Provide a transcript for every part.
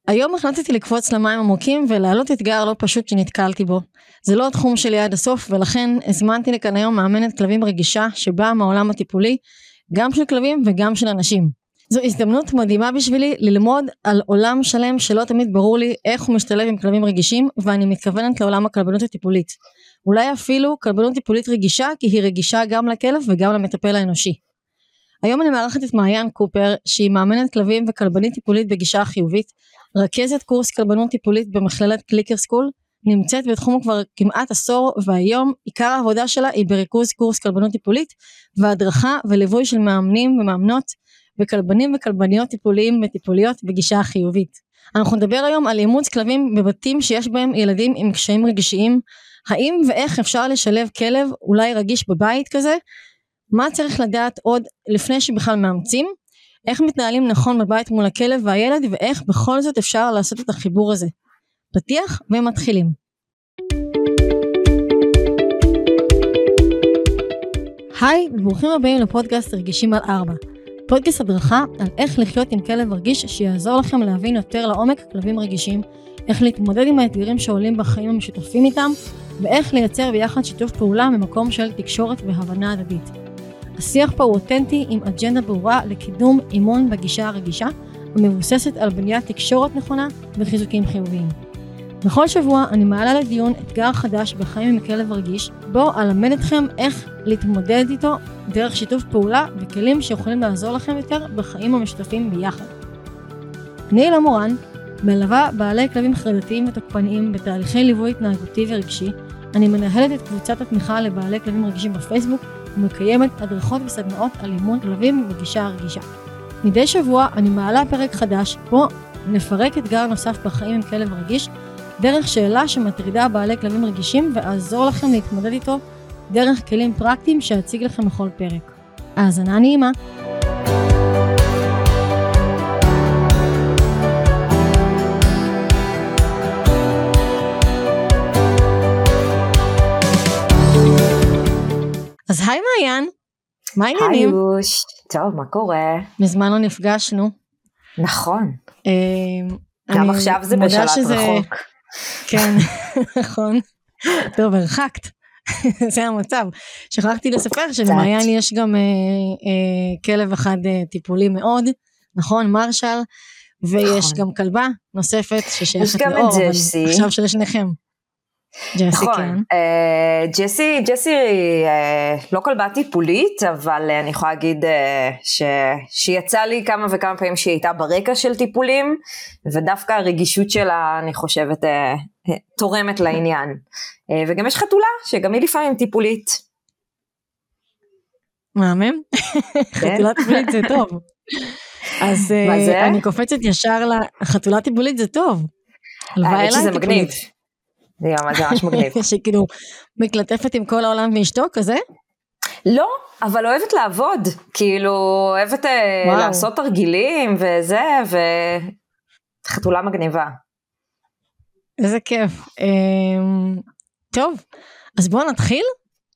היום החלטתי לקפוץ למים עמוקים ולהעלות אתגר לא פשוט שנתקלתי בו. זה לא התחום שלי עד הסוף, ולכן הזמנתי לכאן היום מאמנת כלבים רגישה שבאה מהעולם הטיפולי, גם של כלבים וגם של אנשים. זו הזדמנות מדהימה בשבילי ללמוד על עולם שלם שלא תמיד ברור לי איך הוא משתלב עם כלבים רגישים, ואני מתכוונת לעולם הכלבנות הטיפולית. אולי אפילו כלבנות טיפולית רגישה, כי היא רגישה גם לכלב וגם למטפל האנושי. היום אני מארחת את מעיין קופר, שהיא מאמנת כלבים וכלבנית טיפולית בגישה חיובית, רכזת קורס כלבנות טיפולית במכללת קליקר סקול, נמצאת בתחום כבר כמעט עשור, והיום עיקר העבודה שלה היא בריכוז קורס כלבנות טיפולית, והדרכה וליווי של מאמנים ומאמנות, וכלבנים וכלבניות טיפוליים וטיפוליות בגישה חיובית. אנחנו נדבר היום על אימוץ כלבים בבתים שיש בהם ילדים עם קשיים רגשיים, האם ואיך אפשר לשלב כלב אולי רגיש בבית כזה, מה צריך לדעת עוד לפני שבכלל מאמצים, איך מתנהלים נכון בבית מול הכלב והילד, ואיך בכל זאת אפשר לעשות את החיבור הזה. פתיח ומתחילים. היי, וברוכים הבאים לפודקאסט רגישים על 4. פודקאסט הדרכה על איך לחיות עם כלב רגיש שיעזור לכם להבין יותר לעומק כלבים רגישים, איך להתמודד עם האתגרים שעולים בחיים המשותפים איתם, ואיך לייצר ביחד שיתוף פעולה ממקום של תקשורת והבנה הדדית. השיח פה הוא אותנטי עם אג'נדה ברורה לקידום אימון בגישה הרגישה, ומבוססת על בניית תקשורת נכונה וחיזוקים חיוביים. בכל שבוע אני מעלה לדיון אתגר חדש בחיים עם כלב רגיש, בו אלמד אתכם איך להתמודד איתו דרך שיתוף פעולה וכלים שיכולים לעזור לכם יותר בחיים המשותפים ביחד. אני הילה מורן, מלווה בעלי כלבים חרדתיים ותוקפניים בתהליכי ליווי התנהגותי ורגשי. אני מנהלת את קבוצת התמיכה לבעלי כלבים רגישים בפייסבוק, ומקיימת הדרכות וסדנאות על אימון כלבים בגישה הרגישה. מדי שבוע אני מעלה פרק חדש, בו נפרק אתגר נוסף בחיים עם כלב רגיש, דרך שאלה שמטרידה בעלי כלבים רגישים, ואעזור לכם להתמודד איתו דרך כלים פרקטיים שאציג לכם בכל פרק. האזנה נעימה. אז היי מעיין, מה העניינים? היי יוש, טוב, מה קורה? מזמן לא נפגשנו. נכון. גם עכשיו זה בשלט רחוק. כן, נכון. טוב, הרחקת. זה המצב. שכחתי לספר שלמעיין יש גם כלב אחד טיפולי מאוד, נכון, מרשל, ויש גם כלבה נוספת ששייכת לאור, אבל עכשיו של שניכם. נכון, ג'סי לא כלבה טיפולית, אבל אני יכולה להגיד שיצא לי כמה וכמה פעמים שהיא הייתה ברקע של טיפולים, ודווקא הרגישות שלה אני חושבת תורמת לעניין. וגם יש חתולה שגם היא לפעמים טיפולית. מהמם? חתולה טיפולית זה טוב. אז אני קופצת ישר לחתולה טיפולית זה טוב. האמת שזה מגניב. זה ממש מגניב. שכאילו מקלטפת עם כל העולם ואשתו כזה? לא, אבל אוהבת לעבוד, כאילו אוהבת לעשות תרגילים וזה, וחתולה מגניבה. איזה כיף. טוב, אז בואו נתחיל?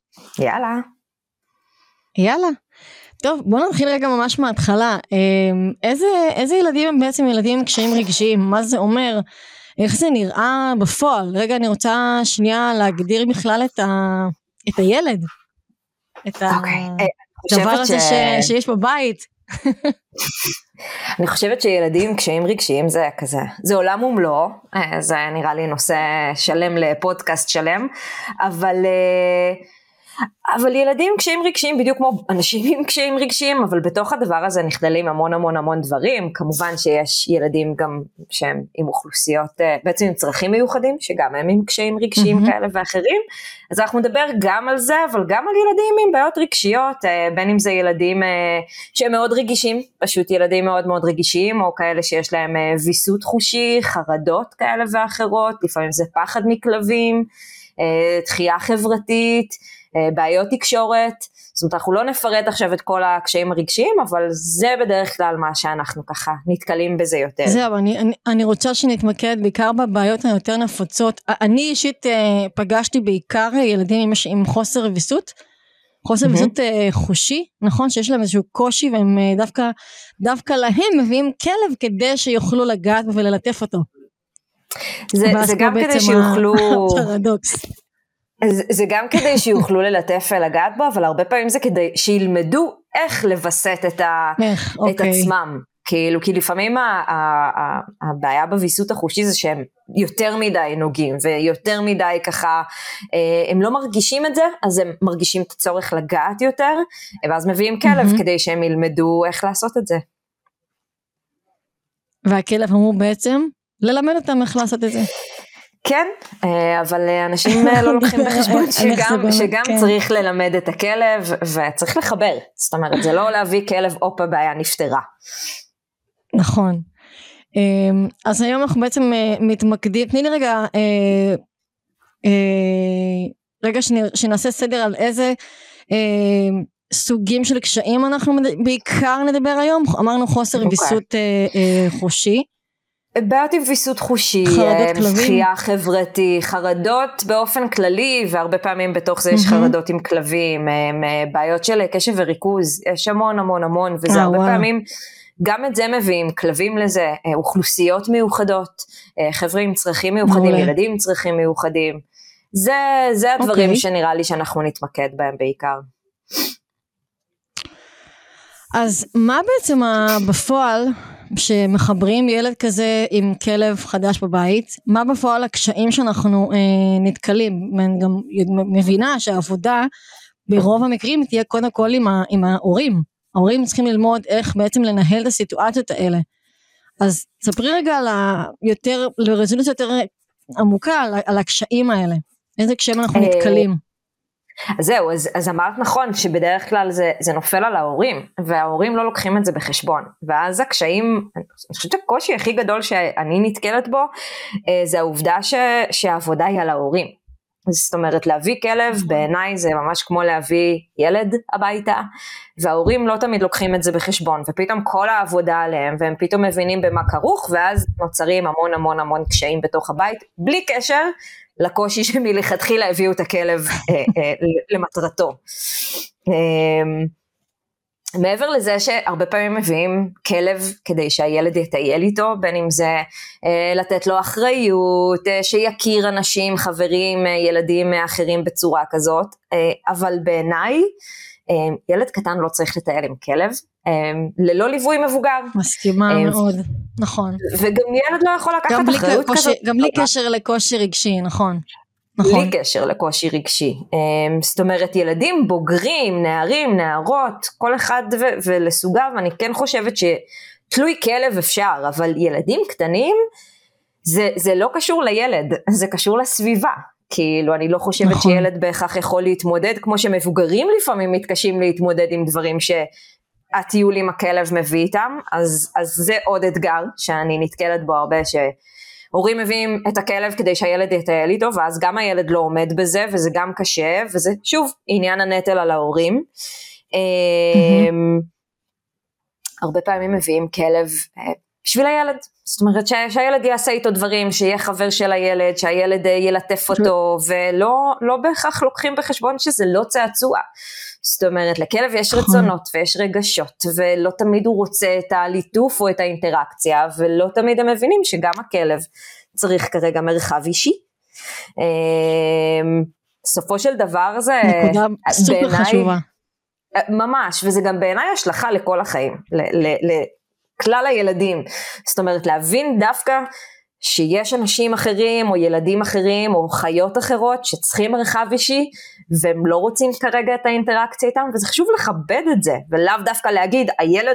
יאללה. טוב, בואו נתחיל רגע ממש מההתחלה. איזה ילדים הם בעצם ילדים עם קשיים רגשיים? מה זה אומר? איך זה נראה בפועל? רגע, אני רוצה שנייה להגדיר בכלל את הילד. את הדבר הזה שיש בבית. אני חושבת שילדים קשיים רגשיים זה כזה, זה עולם ומלואו, זה נראה לי נושא שלם לפודקאסט שלם, אבל ילדים קשיים רגשיים בדיוק כמו אנשים עם קשיים רגשיים, אבל בתוך הדבר הזה נכללים המון המון המון דברים. כמובן שיש ילדים גם שהם עם אוכלוסיות, בעצם עם צרכים מיוחדים, שגם הם עם קשיים רגשיים כאלה ואחרים, אז אנחנו נדבר גם על זה, אבל גם על ילדים עם בעיות רגשיות, בין אם זה ילדים שהם מאוד רגישים, פשוט ילדים מאוד מאוד רגישים, או כאלה שיש להם ויסות חושי, חרדות כאלה ואחרות, לפעמים זה פחד מכלבים, דחייה חברתית, בעיות תקשורת. זאת אומרת, אנחנו לא נפרט עכשיו את כל הקשיים הרגשיים, אבל זה בדרך כלל מה שאנחנו ככה נתקלים בזה יותר. זהו, אני רוצה שנתמקד בעיקר בבעיות היותר נפוצות. אני אישית פגשתי בעיקר ילדים עם חוסר ויסות, חוסר ויסות חושי, נכון? שיש להם איזשהו קושי, והם דווקא להם מביאים כלב כדי שיוכלו לגעת בו וללטף אותו. זה גם כדי שיוכלו... פרדוקס. זה גם כדי שיוכלו ללטף ולגעת בו, אבל הרבה פעמים זה כדי שילמדו איך לבסט את עצמם. כאילו, כי לפעמים הבעיה בוויסות החושי זה שהם יותר מדי נוגעים, ויותר מדי ככה, הם לא מרגישים את זה, אז הם מרגישים את הצורך לגעת יותר, ואז מביאים כלב כדי שהם ילמדו איך לעשות את זה. והכלב אמור בעצם ללמד אותם איך לעשות את זה. כן, אבל אנשים לא לוקחים בחשבון שגם צריך ללמד את הכלב, וצריך לחבר, זאת אומרת, זה לא להביא כלב, אופה, בעיה נפתרה. נכון. אז היום אנחנו בעצם מתמקדים, תני לי רגע שנעשה סדר על איזה סוגים של קשיים אנחנו בעיקר נדבר היום. אמרנו חוסר ויסות חושי. בעיות עם ויסות חושי, דחייה חברתי, חרדות באופן כללי, והרבה פעמים בתוך זה יש חרדות עם כלבים, בעיות של קשב וריכוז, יש המון, וזה הרבה פעמים, גם את זה מביאים, כלבים לזה, אוכלוסיות מיוחדות, חבר'ה עם צרכים מיוחדים, ילדים עם צרכים מיוחדים, זה הדברים שנראה לי שאנחנו נתמקד בהם בעיקר. אז מה בעצם בפועל, שמחברים ילד כזה עם כלב חדש בבית, מה בפועל הקשיים שאנחנו נתקלים? אני גם מבינה שהעבודה ברוב המקרים תהיה קודם כל עם ההורים. ההורים צריכים ללמוד איך בעצם לנהל את הסיטואציות האלה. אז ספרי רגע לרזולוציה יותר עמוקה על הקשיים האלה. איזה קשיים אנחנו נתקלים? אז זהו, אז אמרת נכון שבדרך כלל זה נופל על ההורים, וההורים לא לוקחים את זה בחשבון, ואז הקשיים, אני חושבת שהקושי הכי גדול שאני נתקלת בו, זה העובדה שהעבודה היא על ההורים. זאת אומרת, להביא כלב בעיניי זה ממש כמו להביא ילד הביתה, וההורים לא תמיד לוקחים את זה בחשבון, ופתאום כל העבודה עליהם, והם פתאום מבינים במה כרוך, ואז נוצרים המון קשיים בתוך הבית, בלי קשר לקושי שמלכתחילה הביאו את הכלב למטרתו. מעבר לזה שהרבה פעמים מביאים כלב כדי שהילד יטייל איתו, בין אם זה לתת לו אחריות, שיכיר אנשים, חברים, ילדים אחרים בצורה כזאת, אבל בעיניי ילד קטן לא צריך לטייל עם כלב, ללא ליווי מבוגר. מסכימה מאוד, נכון. וגם ילד לא יכול לקחת אחריות כזאת. גם בלי קשר לקושי רגשי, נכון. בלי קשר לקושי רגשי. זאת אומרת, ילדים בוגרים, נערים, נערות, כל אחד ולסוגיו, אני כן חושבת שתלוי כלב אפשר, אבל ילדים קטנים, זה לא קשור לילד, זה קשור לסביבה. כאילו, אני לא חושבת שילד בהכרח יכול להתמודד, כמו שמבוגרים לפעמים מתקשים להתמודד עם דברים שהטיול עם הכלב מביא איתם, אז זה עוד אתגר שאני נתקלת בו הרבה, שהורים מביאים את הכלב כדי שהילד יטייל איתו, ואז גם הילד לא עומד בזה, וזה גם קשה, וזה שוב עניין הנטל על ההורים. הרבה פעמים מביאים כלב בשביל הילד, זאת אומרת שהילד יעשה איתו דברים, שיהיה חבר של הילד, שהילד ילטף אותו, ולא בהכרח לוקחים בחשבון שזה לא צעצוע. זאת אומרת, לכלב יש רצונות ויש רגשות, ולא תמיד הוא רוצה את הליטוף או את האינטראקציה, ולא תמיד הם מבינים שגם הכלב צריך כרגע מרחב אישי. סופו של דבר זה נקודה סופר חשובה. ממש, וזה גם בעיניי השלכה לכל החיים, לכלל הילדים. זאת אומרת, להבין דווקא שיש אנשים אחרים, או ילדים אחרים, או חיות אחרות, שצריכים מרחב אישי, והם לא רוצים כרגע את האינטראקציה איתם, וזה חשוב לכבד את זה, ולאו דווקא להגיד,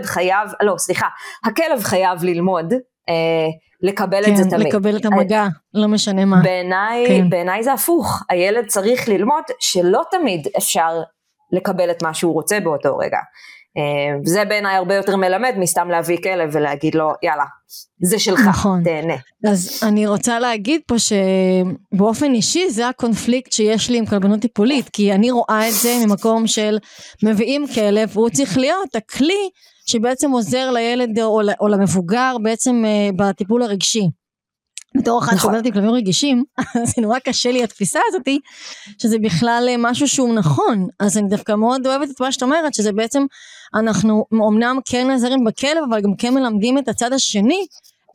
הכלב חייב ללמוד, לקבל את זה תמיד. לקבל את המגע, לא משנה מה. בעיניי זה הפוך, הילד צריך ללמוד, שלא תמיד אפשר לקבל את מה שהוא רוצה באותו רגע. וזה בעיניי הרבה יותר מלמד מסתם להביא כלב ולהגיד לו יאללה זה שלך, נכון. תהנה. אז אני רוצה להגיד פה שבאופן אישי זה הקונפליקט שיש לי עם כלבנות טיפולית, כי אני רואה את זה ממקום של מביאים כלב והוא צריך להיות הכלי שבעצם עוזר לילד או למבוגר בעצם בטיפול הרגשי, בתור אחת שעובדת עם כלבים רגישים, אז נורא קשה לי התפיסה הזאת, שזה בכלל משהו שהוא נכון, אז אני דווקא מאוד אוהבת את מה שאת אומרת, שזה בעצם, אנחנו אומנם כן נעזרים בכלב, אבל גם כן מלמדים את הצד השני,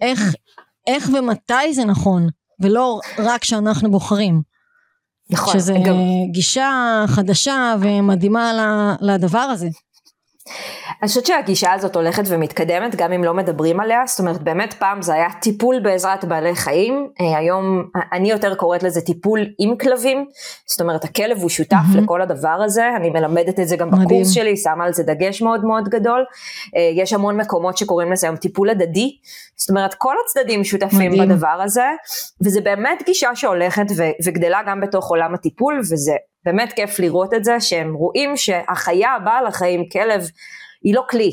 איך ומתי זה נכון, ולא רק שאנחנו בוחרים. נכון. שזה גישה חדשה ומדהימה לדבר הזה. אני חושבת שהגישה הזאת הולכת ומתקדמת, גם אם לא מדברים עליה, זאת אומרת, באמת פעם זה היה טיפול בעזרת בעלי חיים, היום אני יותר קוראת לזה טיפול עם כלבים, זאת אומרת, הכלב הוא שותף לכל הדבר הזה, אני מלמדת את זה גם בקורס שלי, שמה על זה דגש מאוד מאוד גדול, יש המון מקומות שקוראים לזה היום טיפול הדדי, זאת אומרת, כל הצדדים שותפים בדבר הזה, וזה באמת גישה שהולכת וגדלה גם בתוך עולם הטיפול, וזה באמת כיף לראות את זה, שהם רואים שהחיה הבאה לחיים, כלב, היא לא כלי,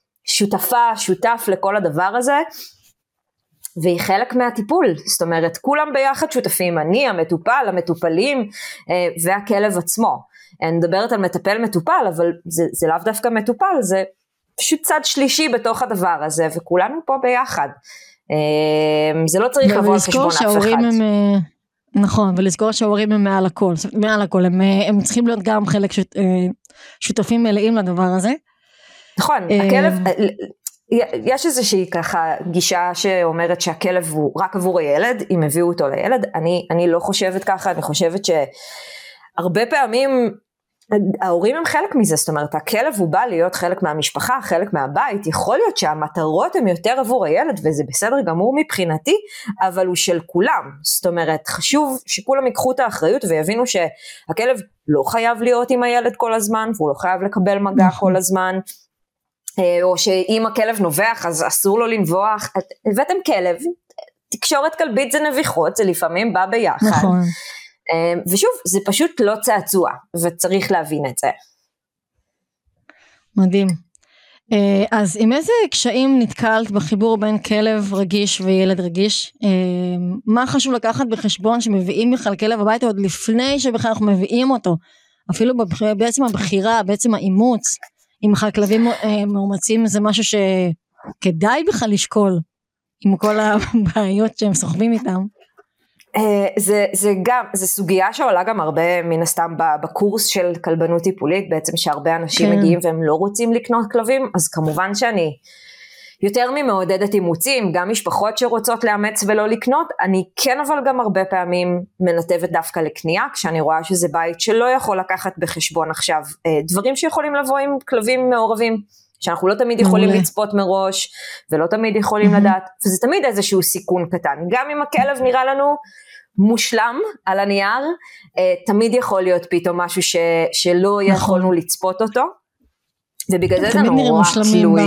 שותף לכל הדבר הזה, והיא חלק מהטיפול, זאת אומרת, כולם ביחד שותפים, אני, המטופל, המטופלים, והכלב עצמו. אני מדברת על מטפל-מטופל, אבל זה לאו דווקא מטופל, זה פשוט צד שלישי בתוך הדבר הזה, וכולנו פה ביחד. זה לא צריך לבוא על חשבון אף אחד. נכון, ולזכור שההורים הם מעל הכל, הם צריכים להיות גם חלק שותפים מלאים לדבר הזה. נכון, הכלב, יש איזושהי ככה גישה שאומרת שהכלב הוא רק עבור הילד, אם הביאו אותו לילד, אני לא חושבת ככה, אני חושבת שהרבה פעמים ההורים הם חלק מזה, זאת אומרת, הכלב הוא בא להיות חלק מהמשפחה, חלק מהבית, יכול להיות שהמטרות הן יותר עבור הילד, וזה בסדר גמור מבחינתי, אבל הוא של כולם, זאת אומרת, חשוב שכולם ייקחו את האחריות, ויבינו שהכלב לא חייב להיות עם הילד כל הזמן, והוא לא חייב לקבל מגע כל הזמן, או שאם הכלב נובח, אז אסור לו לנבוח, הבאתם כלב, תקשורת כלבית זה נביחות, זה לפעמים בא ביחד, נכון. ושוב, זה פשוט לא צעצוע, וצריך להבין את זה. מדהים. אז עם איזה קשיים נתקלת בחיבור בין כלב רגיש וילד רגיש? מה חשוב לקחת בחשבון שמביאים בכלל כלב הביתה עוד לפני שבכלל אנחנו מביאים אותו? אפילו בעצם הבחירה, בעצם האימוץ, עם בכלל כלבים מאומצים, זה משהו שכדאי בכלל לשקול, עם כל הבעיות שהם סוחבים איתם. זה סוגיה שעולה גם הרבה מן הסתם בקורס של כלבנות טיפולית, בעצם שהרבה אנשים מגיעים והם לא רוצים לקנות כלבים, אז כמובן שאני יותר ממעודדת אימוצים, גם משפחות שרוצות לאמץ ולא לקנות, אני כן אבל גם הרבה פעמים מנתבת דווקא לקנייה, כשאני רואה שזה בית שלא יכול לקחת בחשבון עכשיו, דברים שיכולים לבוא עם כלבים מעורבים, שאנחנו לא תמיד יכולים לצפות מראש, ולא תמיד יכולים לדעת, וזה תמיד איזשהו סיכון קטן, גם אם הכלב נראה לנו מושלם על הנייר, תמיד יכול להיות פתאום משהו שלא יכולנו לצפות אותו, ובגלל זה זה נורא תלוי,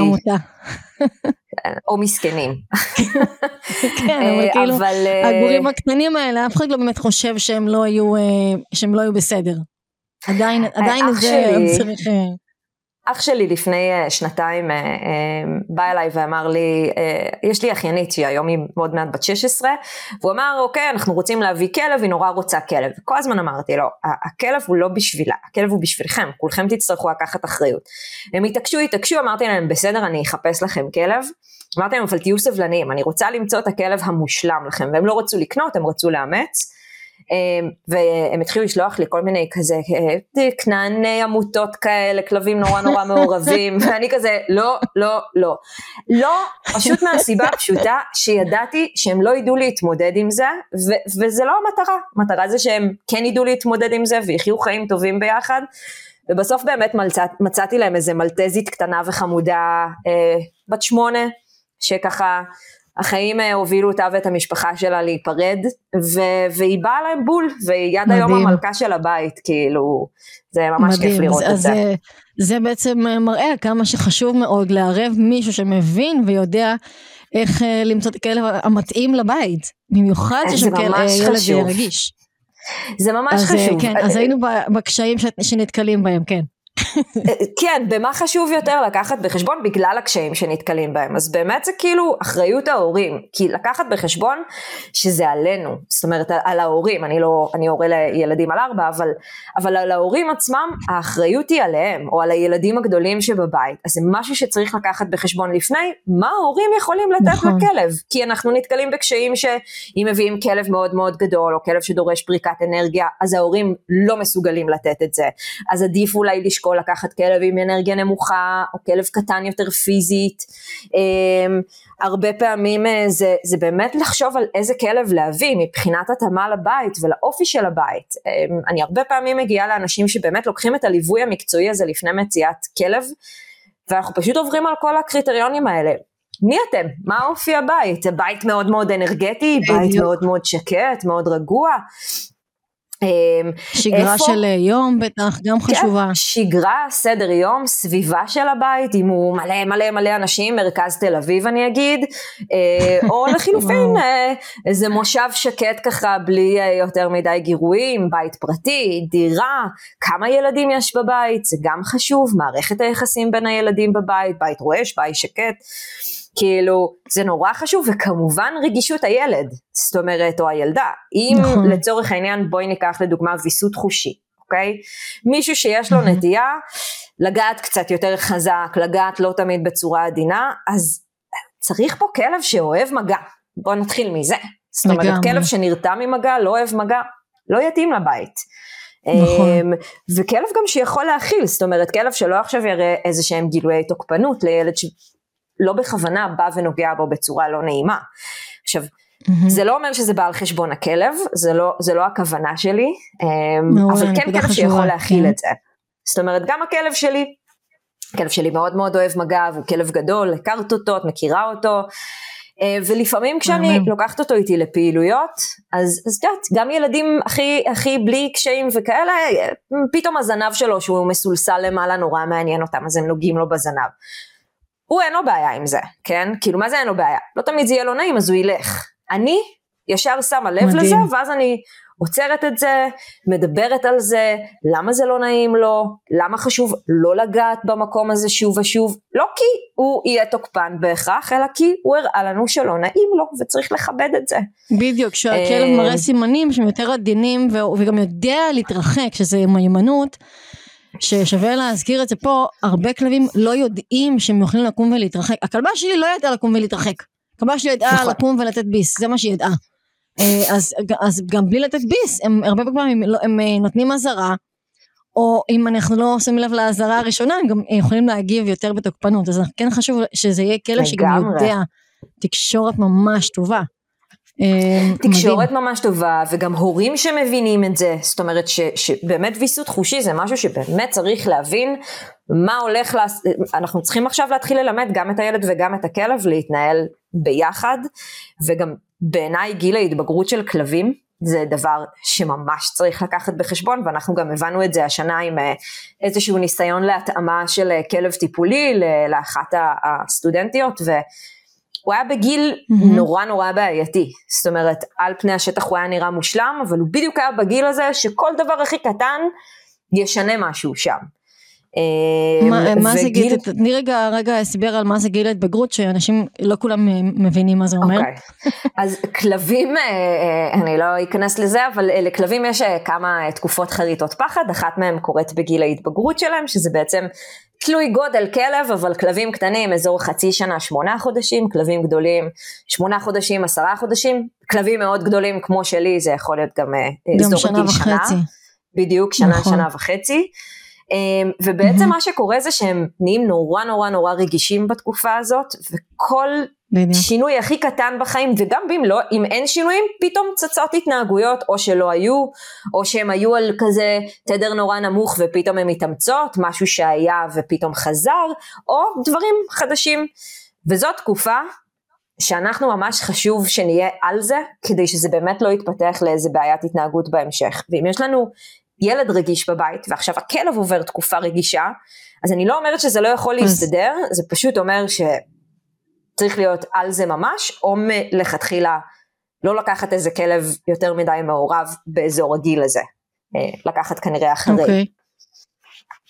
או מסכנים. כן, אבל כאילו, הגורים הקטנים האלה, אף אחד לא באמת חושב שהם לא היו בסדר. עדיין זה צריך... אח שלי לפני שנתיים בא אליי ואמר לי, יש לי אחיינית שהיא היום היא מאוד מעט בת 16, והוא אמר, אוקיי, אנחנו רוצים להביא כלב, היא נורא רוצה כלב. כל הזמן אמרתי לו, הכלב הוא לא בשבילה, הכלב הוא בשבילכם, כולכם תצטרכו לקחת אחריות. הם התעקשו, אמרתי להם, בסדר, אני אחפש לכם כלב. אמרתי להם, אבל תהיו סבלניים, אני רוצה למצוא את הכלב המושלם לכם, והם לא רצו לקנות, הם רצו לאמץ. והם התחילו לשלוח לי כל מיני כזה כנעני עמותות כאלה, כלבים נורא נורא מעורבים, ואני כזה לא, פשוט מהסיבה הפשוטה שידעתי שהם לא ידעו להתמודד עם זה, וזה לא המטרה זה שהם כן ידעו להתמודד עם זה ויחיו חיים טובים ביחד, ובסוף באמת מצאתי להם איזה מלטזית קטנה וחמודה, בת 8, שככה החיים הובילו אותה ואת המשפחה שלה להיפרד, והיא באה להם בול, והיא יד היום המלכה של הבית, כאילו, זה ממש כיף לראות את זה. זה בעצם מראה כמה שחשוב מאוד לערב מישהו שמבין ויודע איך למצוא את הכלב המתאים לבית, במיוחד שיש ילד רגיש. זה ממש חשוב. כן, אז היינו בקשיים שנתקלים בהם, כן. כן, במה חשוב יותר לקחת בחשבון בגלל הקשיים שנתקלים בהם, אז באמת זה כאילו אחריות ההורים, כי לקחת בחשבון שזה עלינו, זאת אומרת על ההורים, אני הורה לילדים על 4, אבל על ההורים עצמם האחריות היא עליהם, או על הילדים הגדולים שבבית, אז זה משהו שצריך לקחת בחשבון לפני, מה ההורים יכולים לתת לכלב, כי אנחנו נתקלים בקשיים שאם מביאים כלב מאוד מאוד גדול, או כלב שדורש פריקת אנרגיה, אז ההורים לא מסוגלים לתת את זה, אז עדיף אולי לשקול לקחת כלב עם אנרגיה נמוכה, או כלב קטן יותר פיזית, הרבה פעמים זה באמת לחשוב על איזה כלב להביא, מבחינת התאמה לבית ולאופי של הבית, אני הרבה פעמים מגיעה לאנשים שבאמת לוקחים את הליווי המקצועי הזה לפני מציאת כלב, ואנחנו פשוט עוברים על כל הקריטריונים האלה, מי אתם? מה אופי הבית? בית מאוד מאוד אנרגטי, בית מאוד מאוד שקט, מאוד רגוע, שגרה של יום בטח גם חשובה. שגרה, סדר יום, סביבה של הבית, אם הוא מלא מלא מלא אנשים, מרכז תל אביב אני אגיד, או לחילופין איזה מושב שקט ככה בלי יותר מדי גירויים, בית פרטי, דירה, כמה ילדים יש בבית, זה גם חשוב, מערכת היחסים בין הילדים בבית, בית רועש, בית שקט, כאילו זה נורא חשוב, וכמובן רגישות הילד, זאת אומרת, או הילדה, אם לצורך העניין בואי ניקח לדוגמה ויסות חושי, אוקיי? מישהו שיש לו נטייה, לגעת קצת יותר חזק, לגעת לא תמיד בצורה עדינה, אז צריך פה כלב שאוהב מגע, בואו נתחיל מזה, זאת אומרת, כלב שנרתע ממגע, לא אוהב מגע, לא יתאים לבית. נכון. וכלב גם שיכול להכיל, זאת אומרת, כלב שלא עכשיו יראה איזה שהם גילויי תוקפנות לילד לא בכוונה בא ונוגע בו בצורה לא נעימה. עכשיו, זה לא אומר שזה בא על חשבון הכלב, זה לא הכוונה שלי, אבל כן כלב שיכול להכיל את זה. זאת אומרת, גם הכלב שלי מאוד מאוד אוהב מגע, הוא כלב גדול, הכרת אותו, את מכירה אותו, ולפעמים כשאני לוקחת אותו איתי לפעילויות, אז גם ילדים הכי בלי קשיים וכאלה, פתאום הזנב שלו שהוא מסולסל למעלה נורא מעניין אותם, אז הם נוגעים לו בזנב. הוא אין לו בעיה עם זה, כן? כאילו מה זה אין לו בעיה? לא תמיד זה יהיה לו נעים, אז הוא ילך. אני ישר שמה לב לזה, ואז אני עוצרת את זה, מדברת על זה, למה זה לא נעים לו, למה חשוב לא לגעת במקום הזה שוב ושוב, לא כי הוא יהיה תוקפן בהכרח, אלא כי הוא הראה לנו שלא נעים לו, וצריך לכבד את זה. בדיוק, כשהכלב מראה סימנים שהם יותר עדינים, וגם יודע להתרחק, שזה מיומנות, ששווה להזכיר את זה פה, הרבה כלבים לא יודעים שהם יכולים לקום ולהתרחק, הכלבה שלי לא ידעה לקום ולהתרחק, הכלבה שלי ידעה לקום ולתת ביס, זה מה שהיא ידעה, אז גם בלי לתת ביס, הם הרבה פעמים הם נותנים הזרה, או אם אנחנו לא שמים לב להזרה הראשונה, הם גם יכולים להגיב יותר בתוקפנות, אז כן חשוב שזה יהיה כלב שגם יודע תקשורת ממש טובה, תקשורת ממש טובה, וגם הורים שמבינים את זה, זאת אומרת שבאמת ויסות חושי זה משהו שבאמת צריך להבין מה הולך, אנחנו צריכים עכשיו להתחיל ללמד גם את הילד וגם את הכלב להתנהל ביחד, וגם בעיניי גיל ההתבגרות של כלבים זה דבר שממש צריך לקחת בחשבון, ואנחנו גם הבנו את זה השנה עם איזשהו ניסיון להתאמה של כלב טיפולי לאחת הסטודנטיות, הוא היה בגיל נורא נורא בעייתי, זאת אומרת, על פני השטח הוא היה נראה מושלם, אבל הוא בדיוק היה בגיל הזה, שכל דבר הכי קטן, ישנה משהו שם. מה זה גיל, תני רגע הסבר על מה זה גיל ההתבגרות, שאנשים לא כולם מבינים מה זה אומר. אז כלבים, אני לא אכנס לזה, אבל לכלבים יש כמה תקופות חריטות פחד, אחת מהם קורית בגיל ההתבגרות שלהם, שזה בעצם תלוי גודל כלב, אבל כלבים קטנים, אזור חצי שנה, 8 חודשים, כלבים גדולים, 8 חודשים, 10 חודשים, כלבים מאוד גדולים כמו שלי, זה יכול להיות גם אזור גיל שנה, בדיוק, שנה וחצי, ובעצם מה שקורה זה שהם נהיים נורא נורא נורא רגישים בתקופה הזאת, וכל שינוי הכי קטן בחיים, וגם אם אין שינויים, פתאום צצות התנהגויות, או שלא היו, או שהם היו על כזה תדר נורא נמוך, ופתאום הם מתאמצות, משהו שהיה ופתאום חזר, או דברים חדשים, וזאת תקופה שאנחנו ממש חשוב שנהיה על זה, כדי שזה באמת לא יתפתח לאיזה בעיית התנהגות בהמשך, ואם יש לנו ילד רגיש בבית, ועכשיו הכלב עובר תקופה רגישה, אז אני לא אומרת שזה לא יכול להסתדר, זה פשוט אומר שצריך להיות על זה ממש, או מלכתחילה לא לקחת איזה כלב יותר מדי מעורב באזור הגיל הזה, לקחת כנראה אחרי.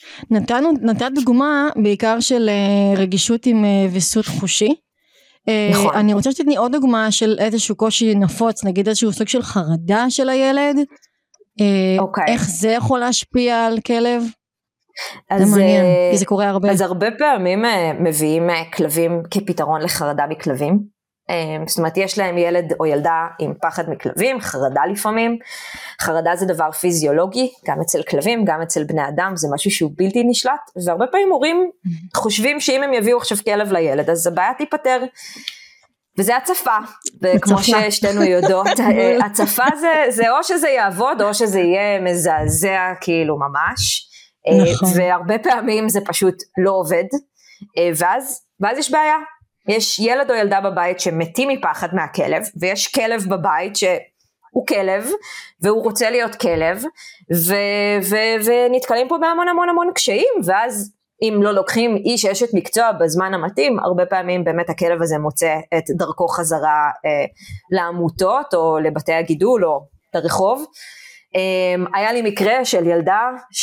נתת דוגמה בעיקר של רגישות עם ויסות חושי. נכון. אני רוצה שתתני עוד דוגמה של איזשהו קושי נפוץ, נגיד איזשהו סוג של חרדה של הילד. איך זה יכול להשפיע על כלב? זה מעניין, כי זה קורה הרבה. אז הרבה פעמים מביאים כלבים כפתרון לחרדה מכלבים. זאת אומרת, יש להם ילד או ילדה עם פחד מכלבים, חרדה לפעמים. חרדה זה דבר פיזיולוגי, גם אצל כלבים, גם אצל בני אדם, זה משהו שהוא בלתי נשלט, והרבה פעמים הורים חושבים שאם הם יביאו עכשיו כלב לילד, אז הבעיה תיפטר. וזה הצפה, וכמו ששתינו יודעות, הצפה זה או שזה יעבוד, או שזה יהיה מזעזע כאילו ממש, והרבה פעמים זה פשוט לא עובד, ואז יש בעיה. יש ילד או ילדה בבית שמתים מפחד מהכלב, ויש כלב בבית שהוא כלב, והוא רוצה להיות כלב, ונתקלים פה בהמון המון המון קשיים, ואז אם לא לוקחים איש אשת מקצוע בזמן המתאים, הרבה פעמים באמת הכלב הזה מוצא את דרכו חזרה לעמותות, או לבתי הגידול, או לרחוב. היה לי מקרה של ילדה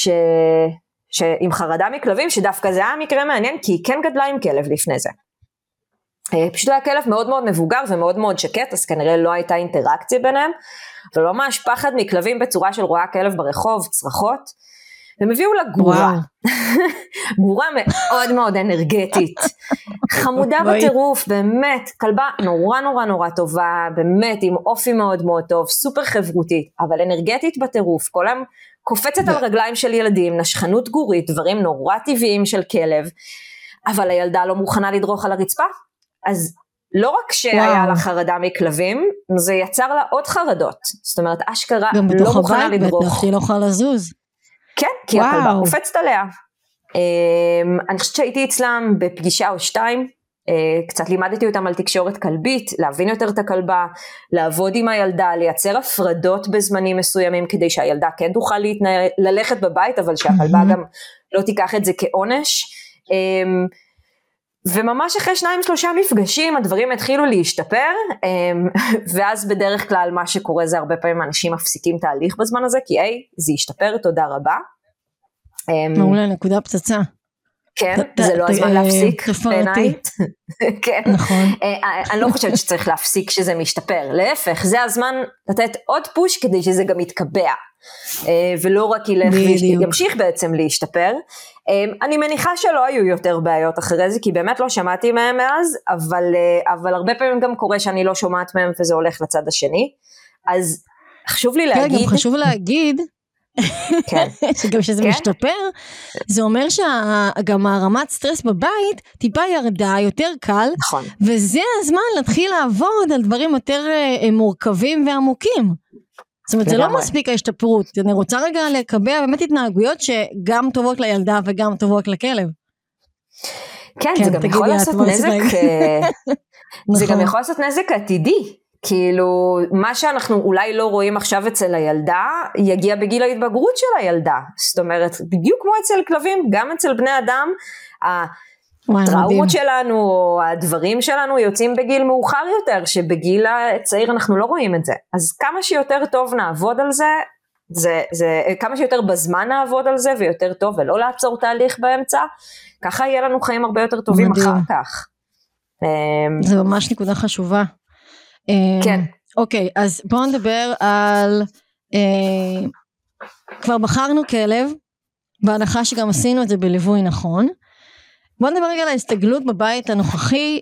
עם חרדה מכלבים, שדווקא זה היה מקרה מעניין, כי היא כן גדלה עם כלב לפני זה. פשוט היה כלב מאוד מאוד מבוגר ומאוד מאוד שקט, אז כנראה לא הייתה אינטראקציה ביניהם, ולא ממש פחד מכלבים בצורה של רואה כלב ברחוב, צרחות, הם הביאו לה גורה, גורה מאוד מאוד אנרגטית, חמודה בטירוף, באמת, כלבה נורא נורא נורא טובה, באמת עם אופי מאוד מאוד טוב, סופר חברותית, אבל אנרגטית בטירוף, כל היום קופצת על רגליים של ילדים, נשכנות גורית, דברים נורא טבעיים של כלב, אבל הילדה לא מוכנה לדרוך על הרצפה, אז לא רק שהיה לה חרדה מכלבים, זה יצר לה עוד חרדות, זאת אומרת, אשכרה לא מוכנה לדרוך. גם בתוך הבית, בטח שהיא לא יכולה לזוז. כן, כי הכלבה קופצת עליה. אני חושבת שהייתי אצלם בפגישה או שתיים, קצת לימדתי אותם על תקשורת כלבית, להבין יותר את הכלבה, לעבוד עם הילדה, לייצר הפרדות בזמנים מסוימים, כדי שהילדה כן תוכל ללכת בבית, אבל שהכלבה גם לא תיקח את זה כעונש. וממש אחרי 2-3 מפגשים, הדברים התחילו להשתפר, ואז בדרך כלל מה שקורה זה הרבה פעמים אנשים מפסיקים תהליך בזמן הזה, כי זה ישתפר, תודה רבה. מעולה, נקודה פצצה. כן, זה לא הזמן להפסיק בעיניי. כן, נכון. אני לא חושבת שצריך להפסיק שזה משתפר, להפך, זה הזמן לתת עוד פוש כדי שזה גם יתקבע, ולא רק ילך וימשיך בעצם להשתפר. אני מניחה שלא היו יותר בעיות אחרי זה, כי באמת לא שמעתי מהם מאז, אבל הרבה פעמים גם קורה שאני לא שומעת מהם וזה הולך לצד השני, אז חשוב לי להגיד. גם חשוב להגיד, שגם שזה משתפר, זה אומר שגם הרמת סטרס בבית טיפה ירדה, יותר קל, וזה הזמן להתחיל לעבוד על דברים יותר מורכבים ועמוקים. זאת אומרת, זה לא מספיק ההשתפרות, אני רוצה רגע לקבע באמת התנהגויות שגם טובות לילדה וגם טובות לכלב. כן, זה גם יכול לעשות נזק, זה גם יכול לעשות נזק עתידי, כאילו, מה שאנחנו אולי לא רואים עכשיו אצל הילדה, יגיע בגיל ההתבגרות של הילדה. זאת אומרת, בדיוק כמו אצל כלבים, גם אצל בני אדם, הטראומות שלנו, או הדברים שלנו, יוצאים בגיל מאוחר יותר, שבגיל הצעיר אנחנו לא רואים את זה. אז כמה שיותר טוב נעבוד על זה, כמה שיותר בזמן נעבוד על זה, ויותר טוב, ולא לעצור תהליך באמצע, ככה יהיה לנו חיים הרבה יותר טובים אחר כך. זה ממש נקודה חשובה. כן. אוקיי, אז בואו נדבר על, כבר בחרנו כלב, בהנחה שגם עשינו את זה בליווי נכון, בואו נדבר רגע על ההסתגלות בבית הנוכחי,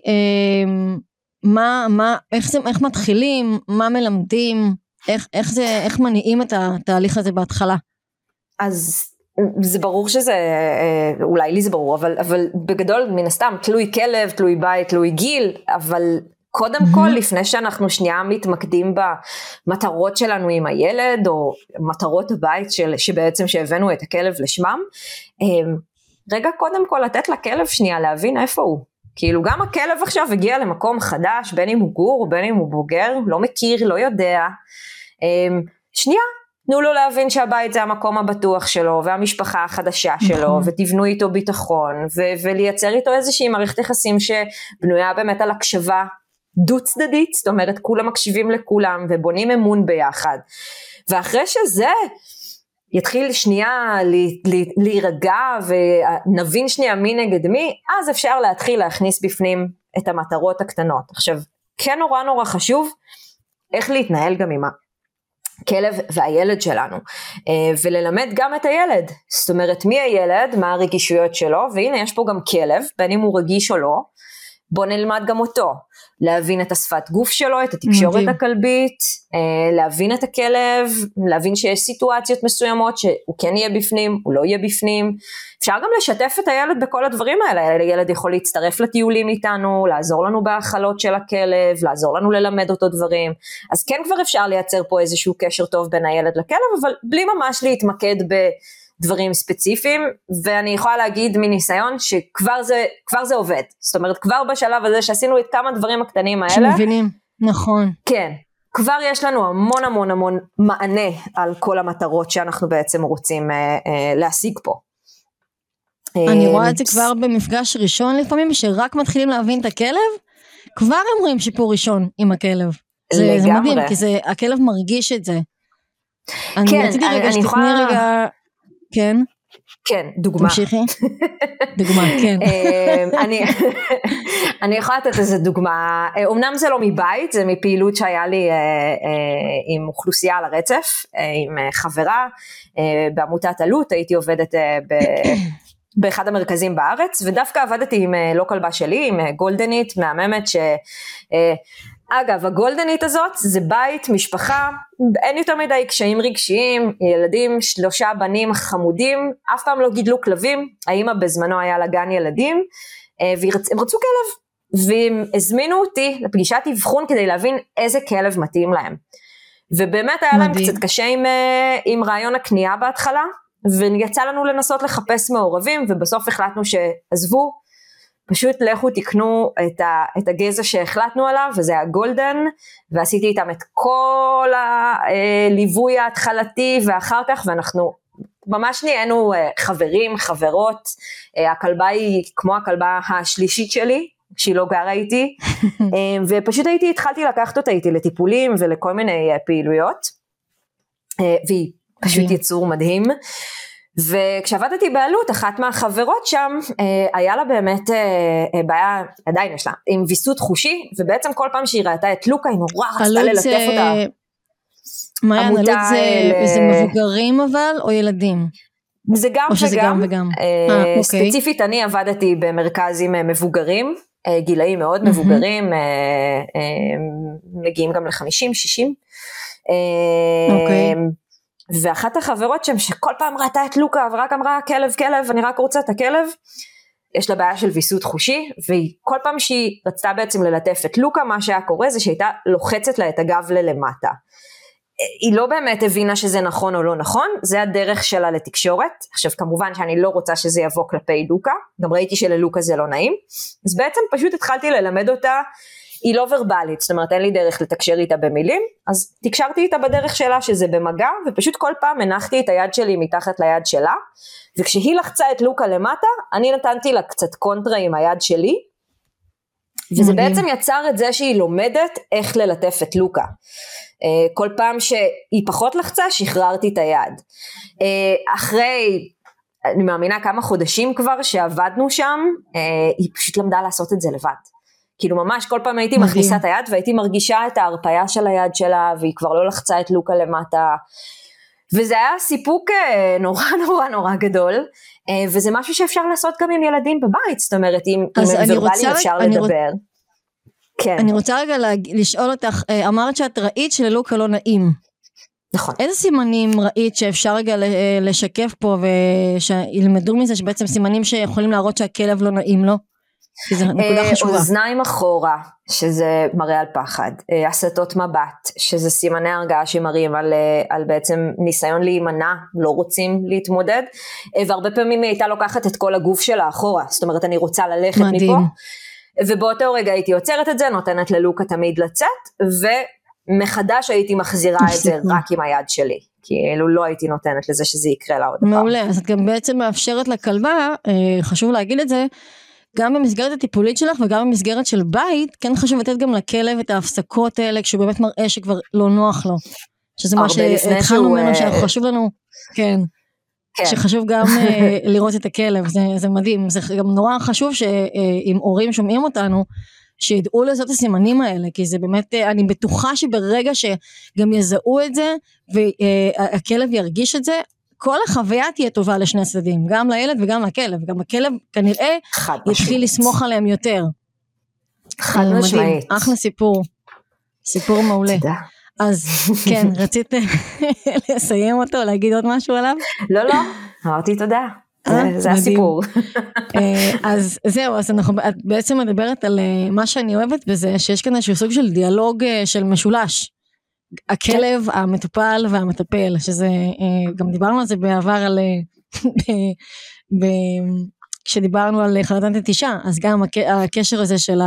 איך מתחילים, מה מלמדים, איך מניעים את התהליך הזה בהתחלה? אז זה ברור שזה, אולי לי זה ברור, אבל בגדול מן הסתם, תלוי כלב, תלוי בית, תלוי גיל, אבל קודם כל, לפני שאנחנו שנייה מתמקדים במטרות שלנו עם הילד, או מטרות הבית שבעצם שהבאנו את הכלב לשמם, רגע קודם כל לתת לכלב שנייה להבין איפה הוא. כאילו גם הכלב עכשיו הגיע למקום חדש, בין אם הוא גור, בין אם הוא בוגר, לא מכיר, לא יודע. שנייה, תנו לו להבין שהבית זה המקום הבטוח שלו, והמשפחה החדשה שלו, ותבנו איתו ביטחון, ולייצר איתו איזושהי מערכת יחסים שבנויה באמת על הקשבה דו צדדית, זאת אומרת כולם מקשיבים לכולם ובונים אמון ביחד, ואחרי שזה יתחיל שנייה להירגע ונבין שנייה מי נגד מי, אז אפשר להתחיל להכניס בפנים את המטרות הקטנות. עכשיו, כן נורא נורא חשוב איך להתנהל גם עם הכלב והילד שלנו, וללמד גם את הילד, זאת אומרת מי הילד, מה הרגישויות שלו, והנה יש פה גם כלב, בין אם הוא רגיש או לא, בוא נלמד גם אותו, להבין את השפת גוף שלו, את התקשורת הכלבית, להבין את הכלב, להבין שיש סיטואציות מסוימות שהוא כן יהיה בפנים, הוא לא יהיה בפנים, אפשר גם לשתף את הילד בכל הדברים האלה, הילד יכול להצטרף לטיולים איתנו, לעזור לנו בהאכלות של הכלב, לעזור לנו ללמד אותו דברים, אז כן כבר אפשר לייצר פה איזשהו קשר טוב בין הילד לכלב, אבל בלי ממש להתמקד דברים ספציפיים, ואני יכולה להגיד מניסיון שכבר זה עובד, זאת אומרת כבר בשלב הזה שעשינו את כמה דברים הקטנים האלה, שמבינים, נכון. כן, כבר יש לנו המון המון המון מענה על כל המטרות שאנחנו בעצם רוצים להשיג פה. אני רואה את זה כבר במפגש ראשון לפעמים, שרק מתחילים להבין את הכלב, כבר הם רואים שיפור ראשון עם הכלב. זה מדהים, כי הכלב מרגיש את זה. אני רציתי רגע שתתני רגע... כן? כן, דוגמה. תמשיכי. דוגמה, כן. אני יכולה לתת איזה דוגמה, אמנם זה לא מבית, זה מפעילות שהיה לי עם אוכלוסייה על הרצף, עם חברה, בעמותת עלות, הייתי עובדת באחד המרכזים בארץ, ודווקא עבדתי עם לא כלבה שלי, עם גולדנית, מהממת אגב, הגולדנית הזאת זה בית, משפחה, אין יותר מדי קשיים רגשיים, ילדים, 3 בנים חמודים, אף פעם לא גידלו כלבים, האמא בזמנו היה לה גן ילדים, והם רצו כלב, והם הזמינו אותי לפגישת אבחון כדי להבין איזה כלב מתאים להם, ובאמת היה להם קצת קשה עם רעיון הקנייה בהתחלה, ויצא לנו לנסות לחפש מעורבים, ובסוף החלטנו שעזבו, פשוט לכו תקנו את הגזע שהחלטנו עליו, וזה הגולדן, ועשיתי איתם את כל הליווי ההתחלתי, ואחר כך, ואנחנו ממש נהיינו חברים, חברות, הכלבה היא כמו הכלבה השלישית שלי, שהיא לא גרה איתי, ופשוט התחלתי לקחת אותה איתי לטיפולים, ולכל מיני פעילויות, והיא פשוט יצור מדהים, וכשעבדתי בעלות, אחת מהחברות שם, היה לה באמת בעיה, עדיין יש לה, עם ויסות חושי, ובעצם כל פעם שהיא ראתה את לוקה, היא נורא רצתה ללטף אותה. מה, עלות זה מבוגרים אבל, או ילדים? זה גם וגם. ספציפית אני עבדתי במרכז עם מבוגרים, גילאים מאוד מבוגרים, מגיעים גם ל-50, 60. אוקיי. ואחת החברות שם שכל פעם ראתה את לוקה ורק אמרה כלב, אני רק רוצה את הכלב, יש לה בעיה של ויסות חושי, וכל פעם שהיא רצתה בעצם ללטף את לוקה, מה שהיה קורה זה שהייתה לוחצת לה את הגב ללמטה. היא לא באמת הבינה שזה נכון או לא נכון, זה הדרך שלה לתקשורת, עכשיו כמובן שאני לא רוצה שזה יבוא כלפי לוקה, גם ראיתי שללוקה זה לא נעים, אז בעצם פשוט התחלתי ללמד אותה, היא לא ורבלית, זאת אומרת אין לי דרך לתקשר איתה במילים, אז תקשרתי איתה בדרך שלה שזה במגע, ופשוט כל פעם הנחתי את היד שלי מתחת ליד שלה, וכשהיא לחצה את לוקה למטה, אני נתנתי לה קצת קונטרה עם היד שלי, וזה בעצם יצר את זה שהיא לומדת איך ללטף את לוקה. כל פעם שהיא פחות לחצה, שחררתי את היד. אחרי, אני מאמינה כמה חודשים כבר שעבדנו שם, היא פשוט למדה לעשות את זה לבד. כאילו ממש כל פעם הייתי מכניסה את היד, והייתי מרגישה את ההרפאיה של היד שלה, והיא כבר לא לחצה את לוקה למטה, וזה היה סיפוק נורא נורא נורא גדול, וזה משהו שאפשר לעשות גם עם ילדים בבית, זאת אומרת, אם ורבלי אפשר לדבר. כן. אני רוצה רגע לשאול אותך, אמרת שאת ראית שללוקה לא נעים. נכון. איזה סימנים ראית שאפשר רגע לשקף פה, ושילמדו מזה שבעצם סימנים שיכולים להראות שהכלב לא נעים לו? כי זו נקודה חשובה. אוזניים אחורה, שזה מראה על פחד, הסתות מבט, שזה סימני הרגעה שמראים על בעצם ניסיון להימנע, לא רוצים להתמודד, והרבה פעמים היא הייתה לוקחת את כל הגוף שלה אחורה, זאת אומרת אני רוצה ללכת מפה, ובאותו רגע הייתי עוצרת את זה, נותנת ללוקה תמיד לצאת, ומחדש הייתי מחזירה את זה רק עם היד שלי, כי אלו לא הייתי נותנת לזה שזה יקרה לה עוד פעם. מעולה, אז את גם בעצם מאפשרת לכלבה, חשוב להגיד את זה, גם במסגרת הטיפולית שלך וגם במסגרת של בית, כן חשוב לתת גם לכלב את ההפסקות האלה, כשהוא באמת מראה שכבר לא נוח לו. שזה מה שהתחלנו ממנו, שחשוב לנו. כן. שחשוב גם לראות את הכלב, זה מדהים, זה גם נורא חשוב שאם הורים שומעים אותנו, שידעו לעשות את הסימנים האלה, כי זה באמת, אני בטוחה שברגע שגם יזהו את זה, והכלב ירגיש את זה, כל החוויה תהיה טובה לשני צדדים, גם לילד וגם לכלב, גם הכלב כנראה יתחיל לסמוך עליהם יותר. חד משמעית. אחלה סיפור מעולה. תודה. אז כן, רצית לסיים אותו, להגיד עוד משהו עליו? לא, אמרתי תודה. זה הסיפור. אז זהו, אז אנחנו בעצם מדברת על מה שאני אוהבת בזה, שיש כאן איזשהו סוג של דיאלוג של משולש. הכלב, המטופל והמטפל, שזה, גם דיברנו על זה בעבר על, כשדיברנו על חרדת נטישה, אז גם הקשר הזה של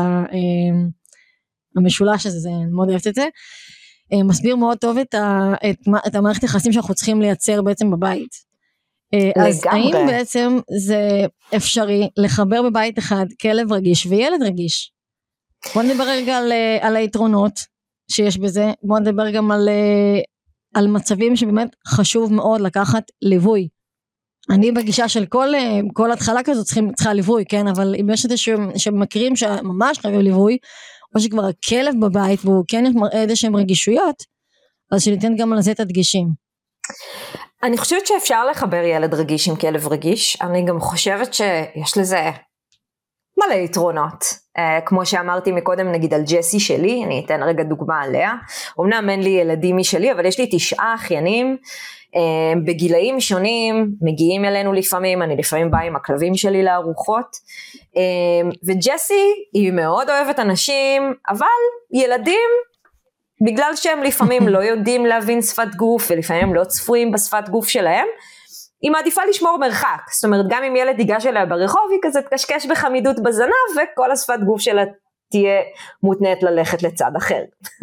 המשולש הזה, אני מאוד אוהבת את זה, מסביר מאוד טוב את המערכת היחסים שאנחנו צריכים לייצר בעצם בבית. אז האם בעצם זה אפשרי לחבר בבית אחד כלב רגיש וילד רגיש? בוא נדבר רגע על היתרונות שיש בזה, בוא נדבר גם על מצבים שבאמת חשוב מאוד לקחת ליווי. אני בגישה של כל התחלה כזאת צריכה ליווי, כן? אבל אם יש את זה שמכירים שממש חייב ליווי, או שכבר הכלב בבית והוא כן מראה איזה שהם רגישויות, אז שניתן גם על זה את הדגשים. אני חושבת שאפשר לחבר ילד רגיש עם כלב רגיש, אני גם חושבת שיש לזה מלא יתרונות, כמו שאמרתי מקודם נגיד על ג'סי שלי, אני אתן רגע דוגמה עליה, אמנם אין לי ילדים משלי, אבל יש לי 9 אחיינים, בגילאים שונים, מגיעים אלינו לפעמים, אני לפעמים באה עם הכלבים שלי לארוחות, וג'סי היא מאוד אוהבת אנשים, אבל ילדים, בגלל שהם לפעמים לא יודעים להבין שפת גוף, ולפעמים לא צפויים בשפת גוף שלהם, היא מעדיפה לשמור מרחק, זאת אומרת גם אם ילד ייגש אליה ברחוב, היא כזה תקשקש בחמידות בזנב, וכל השפת גוף שלה תהיה מותנית ללכת לצד אחר.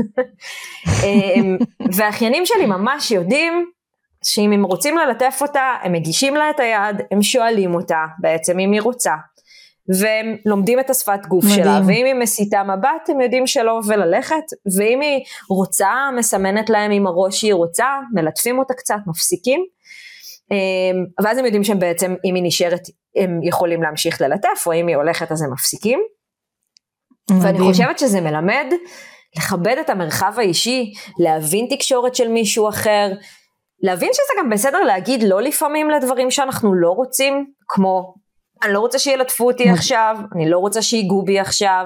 והאחיינים שלי ממש יודעים, שאם הם רוצים ללטף אותה, הם מגישים לה את היד, הם שואלים אותה בעצם אם היא רוצה, והם לומדים את השפת גוף שלה, ואם היא מסיתה מבט, הם יודעים שלא וללכת, ואם היא רוצה, מסמנת להם עם הראש שהיא רוצה, מלטפים אותה קצת, מפסיקים, ואז הם יודעים שהם בעצם, אם היא נשארת, הם יכולים להמשיך ללטף, או אם היא הולכת, אז הם מפסיקים, ואני חושבת שזה מלמד, לכבד את המרחב האישי, להבין תקשורת של מישהו אחר, להבין שזה גם בסדר להגיד לא לפעמים לדברים שאנחנו לא רוצים, כמו אני לא רוצה שילטפו אותי עכשיו, אני לא רוצה שיגעו בי עכשיו,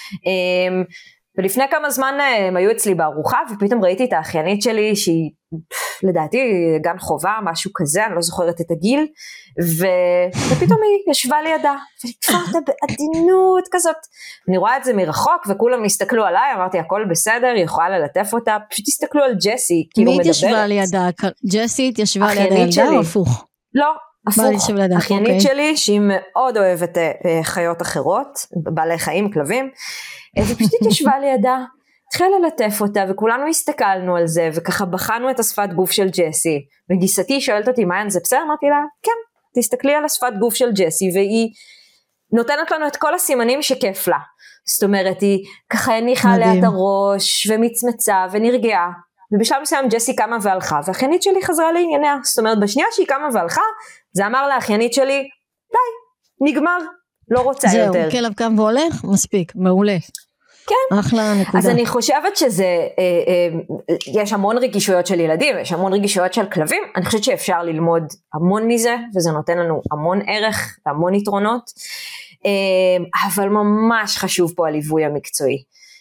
ולפני כמה זמן הם היו אצלי בארוחה, ופתאום ראיתי את האחיינית שלי, שהיא לדעתי גן חובה, משהו כזה, אני לא זוכרת את הגיל, ופתאום היא ישבה לידה, ולקפה אותה בעדינות כזאת, אני רואה את זה מרחוק, וכולם הסתכלו עליי, אמרתי הכל בסדר, היא יכולה ללטף אותה, פשוט הסתכלו על ג'סי, כאילו מדברת. מי התיישבה לידה? ג'סי התיישבה לידה ילדה או הפוך? לא, הפוך, אחיינית שלי, שהיא מאוד אוהבת חיות אחרות, בעלי חיים, כלבים, ופשוט התיישבה לידה, התחילה ללטף אותה, וכולנו הסתכלנו על זה, וככה בחנו את השפת גוף של ג'סי, וגיסתי שואלת אותי, מאין זה בסדר? אמרתי לה, כן, תסתכלי על השפת גוף של ג'סי, והיא נותנת לנו את כל הסימנים שכיף לה, זאת אומרת, היא ככה הניחה עליה את הראש, ומצמצה, ונרגעה, ובשלב מסוים ג'סי קמה והלכה, והאחיינית שלי חזרה לענייניה, זאת אומרת, בשנייה שהיא קמה והלכה, זה אמר לאחיינית שלי, די, נגמר, לא רוצה יותר. זהו, כלב קם והולך, מספיק, מעולה. כן. אחלה נקודה. אז אני חושבת שזה, יש המון רגישויות של ילדים, יש המון רגישויות של כלבים, אני חושבת שאפשר ללמוד המון מזה, וזה נותן לנו המון ערך, המון יתרונות, אבל ממש חשוב פה הליווי המקצועי,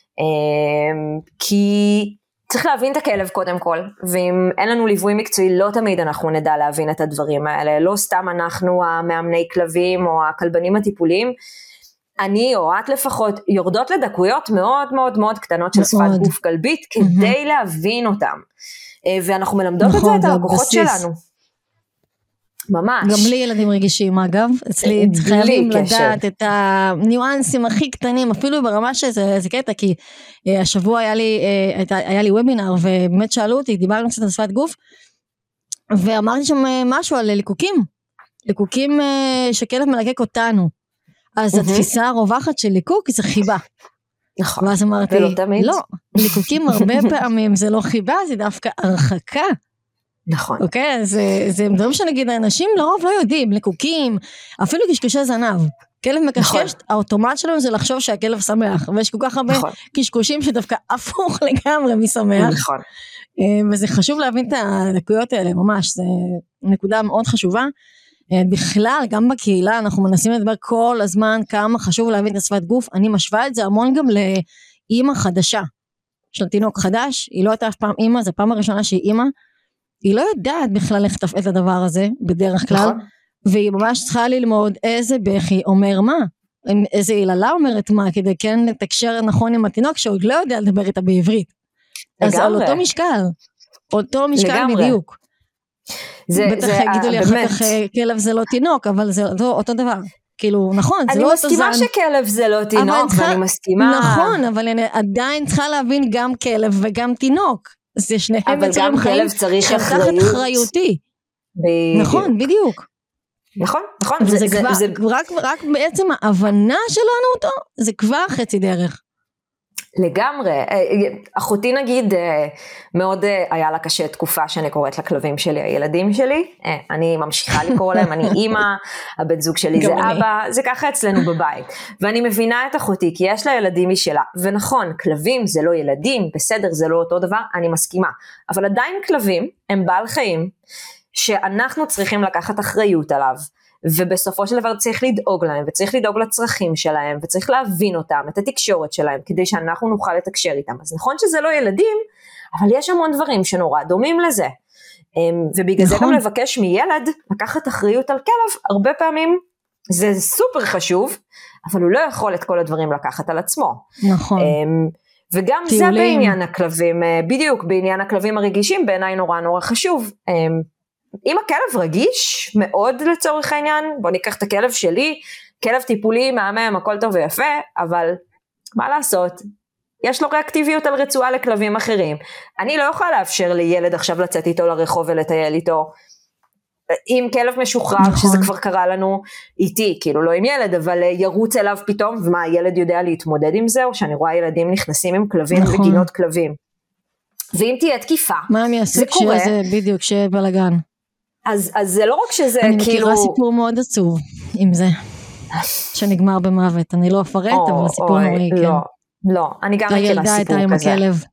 כי צריך להבין את הכלב קודם כל, ואם אין לנו ליווי מקצועי, לא תמיד אנחנו נדע להבין את הדברים האלה, לא סתם אנחנו המאמני כלבים, או הכלבנים הטיפוליים, אני או את לפחות, יורדות לדקויות מאוד מאוד מאוד קטנות של שפת גוף כלבית, כדי להבין אותם, ואנחנו מלמדות את זה את הלקוחות שלנו. ממש. גם לי ילדים רגישים אגב, אצלי חייבים לדעת את הניואנסים הכי קטנים, אפילו ברמה שזה קטע, כי השבוע היה לי וובינר, ובאמת שאלו אותי, דיברנו קצת על שפת גוף, ואמרתי שם משהו על ליקוקים שכלב מלקק אותנו, אז התפיסה הרווחת של ליקוק זה חיבה. נכון. ואז אמרתי, לא, ליקוקים הרבה פעמים זה לא חיבה, זה דווקא הרחקה. נכון. אוקיי, זה דברים שנגיד האנשים לרוב לא יודעים, לקוקים, אפילו קשקושי זנב. כלב מקשקש, האוטומט שלנו זה לחשוב שהכלב שמח, ויש כל כך הרבה קשקושים שדווקא הפוך לגמרי משמח. נכון. וזה חשוב להבין את הדקויות האלה, ממש, זה נקודה מאוד חשובה. בכלל, גם בקהילה, אנחנו מנסים לדבר כל הזמן כמה חשוב להבין את השפת גוף, אני משווה את זה המון גם לאמא חדשה, של תינוק חדש, היא לא הייתה אף פעם אמא, זו פעם הראשונה שהיא אמא, היא לא יודעת בכלל איך תפעל את הדבר הזה, בדרך כלל, והיא ממש צריכה ללמוד איזה בכי אומר מה, איזה יללה אומרת מה, כדי כן לתקשר נכון עם התינוק, שעוד לא יודע לדבר איתה בעברית. אז על אותו משקל בדיוק. בטח יגידו לי אחר כך כלב זה לא תינוק, אבל זה אותו דבר. כאילו, נכון, זה לא אותו זן. אני מסכימה שכלב זה לא תינוק, ואני מסכימה. נכון, אבל אני עדיין צריכה להבין גם כלב וגם תינוק. זה שניהם יצרים חיים שתחת אחריותי. נכון, בדיוק. נכון. וזה רק בעצם ההבנה שלנו אותו, זה כבר חצי דרך. לגמרי, אחותי נגיד מאוד היה לה קשה תקופה שאני קוראת לכלבים שלי, הילדים שלי, אני ממשיכה לקרוא להם, אני אימא, הבן זוג שלי זה אבא, זה ככה אצלנו בבית, ואני מבינה את אחותי כי יש לה ילדים משלה, ונכון, כלבים זה לא ילדים, בסדר זה לא אותו דבר, אני מסכימה, אבל עדיין כלבים הם בעל חיים, שאנחנו צריכים לקחת אחריות עליו, ובסופו של דבר צריך לדאוג להם, וצריך לדאוג לצרכים שלהם, וצריך להבין אותם, את התקשורת שלהם, כדי שאנחנו נוכל לתקשר איתם. אז נכון שזה לא ילדים, אבל יש המון דברים שנורא דומים לזה. ובגלל זה גם לבקש מילד, לקחת אחריות על כלב, הרבה פעמים זה סופר חשוב, אבל הוא לא יכול את כל הדברים לקחת על עצמו. נכון. וגם זה בעניין הכלבים, בדיוק בעניין הכלבים הרגישים, בעיניי נורא נורא חשוב. אם הכלב רגיש מאוד לצורך העניין, בוא ניקח את הכלב שלי, כלב טיפולי, מהמם, הכל טוב ויפה, אבל מה לעשות? יש לו ריאקטיביות על רצועה לכלבים אחרים. אני לא יכולה לאפשר לילד עכשיו לצאת איתו לרחוב ולטייל איתו, עם כלב משוחרר, נכון. שזה כבר קרה לנו איתי, כאילו לא עם ילד, אבל ירוץ אליו פתאום, ומה הילד יודע להתמודד עם זה, או שאני רואה ילדים נכנסים עם כלבים נכון. וגינות כלבים. ואם תהיה תקיפה, מה הם יעשו כשזה בדיוק, שיהיה בלגן? אז זה לא רק שזה אני כאילו... מכירה סיפור מאוד עצוב עם זה, שנגמר במוות, אני לא אפרט, אבל סיפור נוראי, כן. לא, אני גם מכירה סיפור כזה.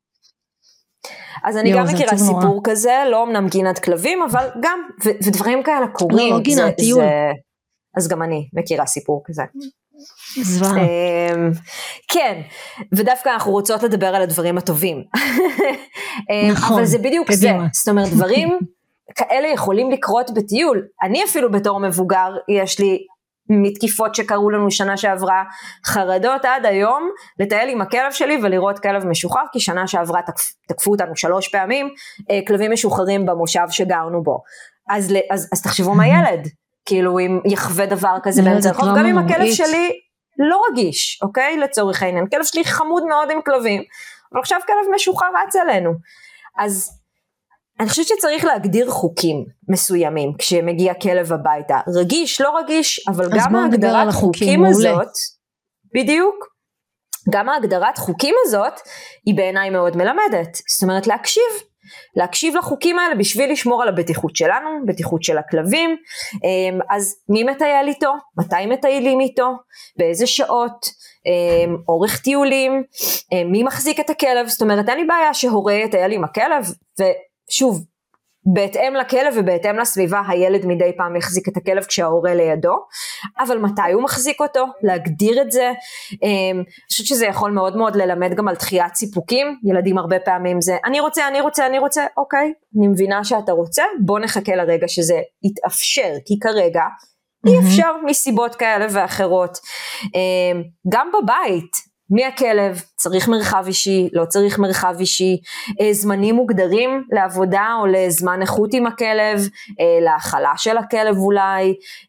אז אני גם מכירה סיפור כזה, לא אמנם גינת כלבים, אבל גם, ודברים כאלה קורים. לא גינת, טיול. אז גם אני מכירה סיפור כזה. זוועה. כן, ודווקא אנחנו רוצות לדבר על הדברים הטובים. נכון, אבל זה בדיוק זה, זאת אומרת, דברים כאלה יכולים לקרות בטיול. אני אפילו בתור מבוגר, יש לי מתקיפות שקרו לנו שנה שעברה, חרדות עד היום, לטייל עם הכלב שלי ולראות כלב משוחרר, כי שנה שעברה תקפו אותנו 3 פעמים, כלבים משוחררים במושב שגרנו בו. אז תחשבו מה ילד, כאילו אם יחווה דבר כזה באמצע הרחוב, גם אם הכלב שלי לא רגיש, אוקיי? לצורך העניין, כלב שלי חמוד מאוד עם כלבים, אבל עכשיו כלב משוחרר רץ עלינו. אז אני חושבת שצריך להגדיר חוקים מסוימים, כשמגיע כלב הביתה, רגיש, לא רגיש, אבל גם ההגדרת חוקים הזאת, בדיוק, גם ההגדרת חוקים הזאת, היא בעיניי מאוד מלמדת, זאת אומרת להקשיב לחוקים האלה, בשביל לשמור על הבטיחות שלנו, בטיחות של הכלבים, אז מי מטייל איתו, מתי מטיילים איתו, באיזה שעות, אורך טיולים, מי מחזיק את הכלב, זאת אומרת אין לי בעיה שהורה יטייל עם הכלב, ושוב, בהתאם לכלב ובהתאם לסביבה, הילד מדי פעם יחזיק את הכלב כשההורה לידו, אבל מתי הוא מחזיק אותו, להגדיר את זה, אני חושבת שזה יכול מאוד מאוד ללמד גם על דחיית סיפוקים, ילדים הרבה פעמים זה, אני רוצה, אוקיי, אני מבינה שאתה רוצה, בוא נחכה לרגע שזה יתאפשר, כי כרגע אי אפשר מסיבות כאלה ואחרות, גם בבית, מי הכלב, צריך מרחב אישי, לא צריך מרחב אישי, זמנים מוגדרים לעבודה או לזמן איכות עם הכלב, להאכלה של הכלב אולי,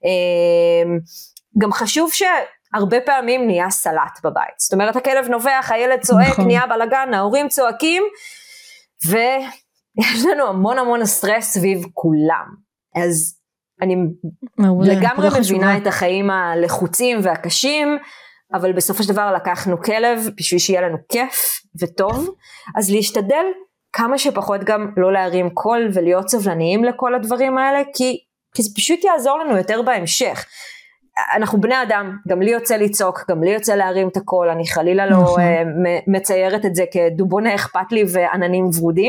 גם חשוב שהרבה פעמים נהיה סלט בבית, זאת אומרת הכלב נובח, הילד צועק, נהיה בלגן, ההורים צועקים, ויש לנו המון סטרס סביב כולם, אז אני לגמרי מבינה את החיים הלחוצים והקשים, אבל בסופו של דבר לקחנו כלב בשביל שיהיה לנו כיף וטוב, אז להשתדל כמה שפחות גם לא להרים קול ולהיות סבלניים לכל הדברים האלה, כי זה פשוט יעזור לנו יותר בהמשך. אנחנו בני אדם, גם לי יוצא לצעוק, גם לי יוצא להרים את הקול, אני חלילה לא מציירת את זה כדובונה אכפת לי ועננים ורודים,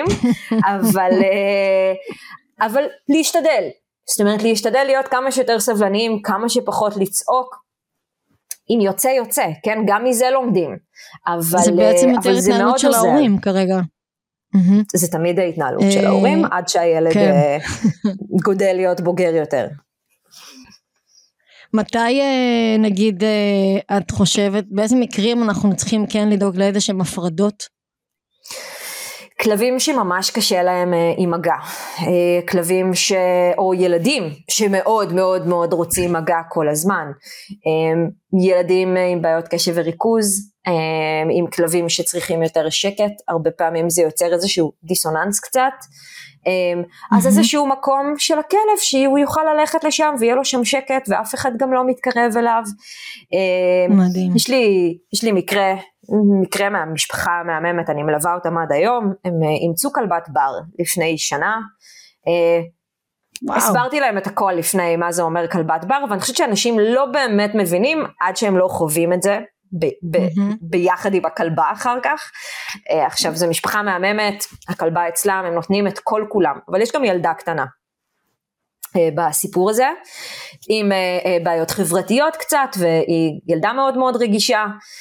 אבל להשתדל, זאת אומרת להשתדל להיות כמה שיותר סבלניים, כמה שפחות לצעוק, אם יוצא יוצא, כן, גם מזה לומדים, זה בעצם יותר התנהלות של ההורים כרגע. זה תמיד ההתנהלות של ההורים, עד שהילד גודל להיות בוגר יותר. מתי נגיד את חושבת, באיזה מקרים אנחנו צריכים כן לדאוג לאיזה שהם הפרדות? כלבים שממש קשה להם עם מגע, כלבים או ילדים שמאוד מאוד מאוד רוצים מגע כל הזמן, ילדים עם בעיות קשב וריכוז, עם כלבים שצריכים יותר שקט, הרבה פעמים זה יוצר איזשהו דיסוננס קצת, אז איזשהו מקום של הכלב שהוא יוכל ללכת לשם ויהיה לו שם שקט ואף אחד גם לא מתקרב אליו. מדהים. יש לי מקרה מהמשפחה המהממת, אני מלווה אותם עד היום, הם אימצו כלבת בר לפני שנה, הסברתי להם את הכל לפני מה זה אומר כלבת בר, ואני חושבת שאנשים לא באמת מבינים עד שהם לא חווים את זה, ביחד עם הכלבה אחר כך. עכשיו זה משפחה מהממת, הכלבה אצלם, הם נותנים את כל כולם, אבל יש גם ילדה קטנה בסיפור הזה, עם בעיות חברתיות קצת, והיא ילדה מאוד מאוד רגישה,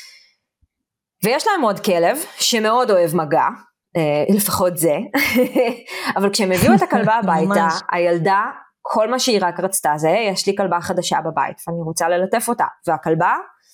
ויש להם עוד כלב שמאוד אוהב מגע, לפחות זה, אבל כשהם הביאו את הכלבה הביתה, הילדה, כל מה שהיא רק רצתה זה, יש לי כלבה חדשה בבית, ואני רוצה ללטף אותה, והכלבה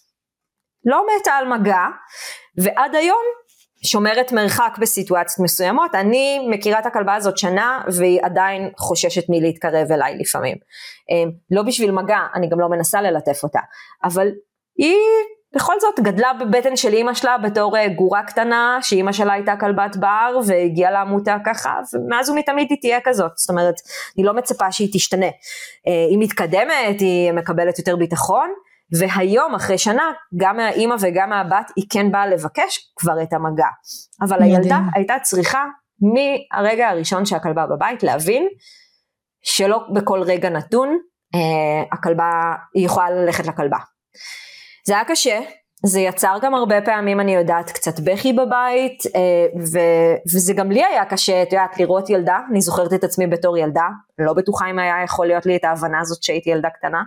לא מתה על מגע, ועד היום שומרת מרחק בסיטואציות מסוימות, אני מכירה את הכלבה הזאת שנה, והיא עדיין חוששת מלהתקרב אליי לפעמים, לא בשביל מגע, אני גם לא מנסה ללטף אותה, אבל היא בכל זאת גדלה בבטן של אמא שלה, בתור גורה קטנה, שאמא שלה הייתה כלבת בר, והגיעה לעמותה ככה, ומאז ומתמיד היא תהיה כזאת, זאת אומרת, אני לא מצפה שהיא תשתנה, היא מתקדמת, היא מקבלת יותר ביטחון, והיום אחרי שנה, גם מהאמא וגם מהבת, היא כן באה לבקש כבר את המגע, אבל הילדה הייתה צריכה, מהרגע הראשון שהכלבה בבית, להבין, שלא בכל רגע נתון, הכלבה, היא יכולה ללכת לכלבה. זה היה קשה, זה יצר גם הרבה פעמים, אני יודעת, קצת בכי בבית, וזה גם לי היה קשה, את יודעת, לראות ילדה, אני זוכרת את עצמי בתור ילדה, לא בטוחה אם היה יכול להיות לי את ההבנה הזאת שהייתי ילדה קטנה,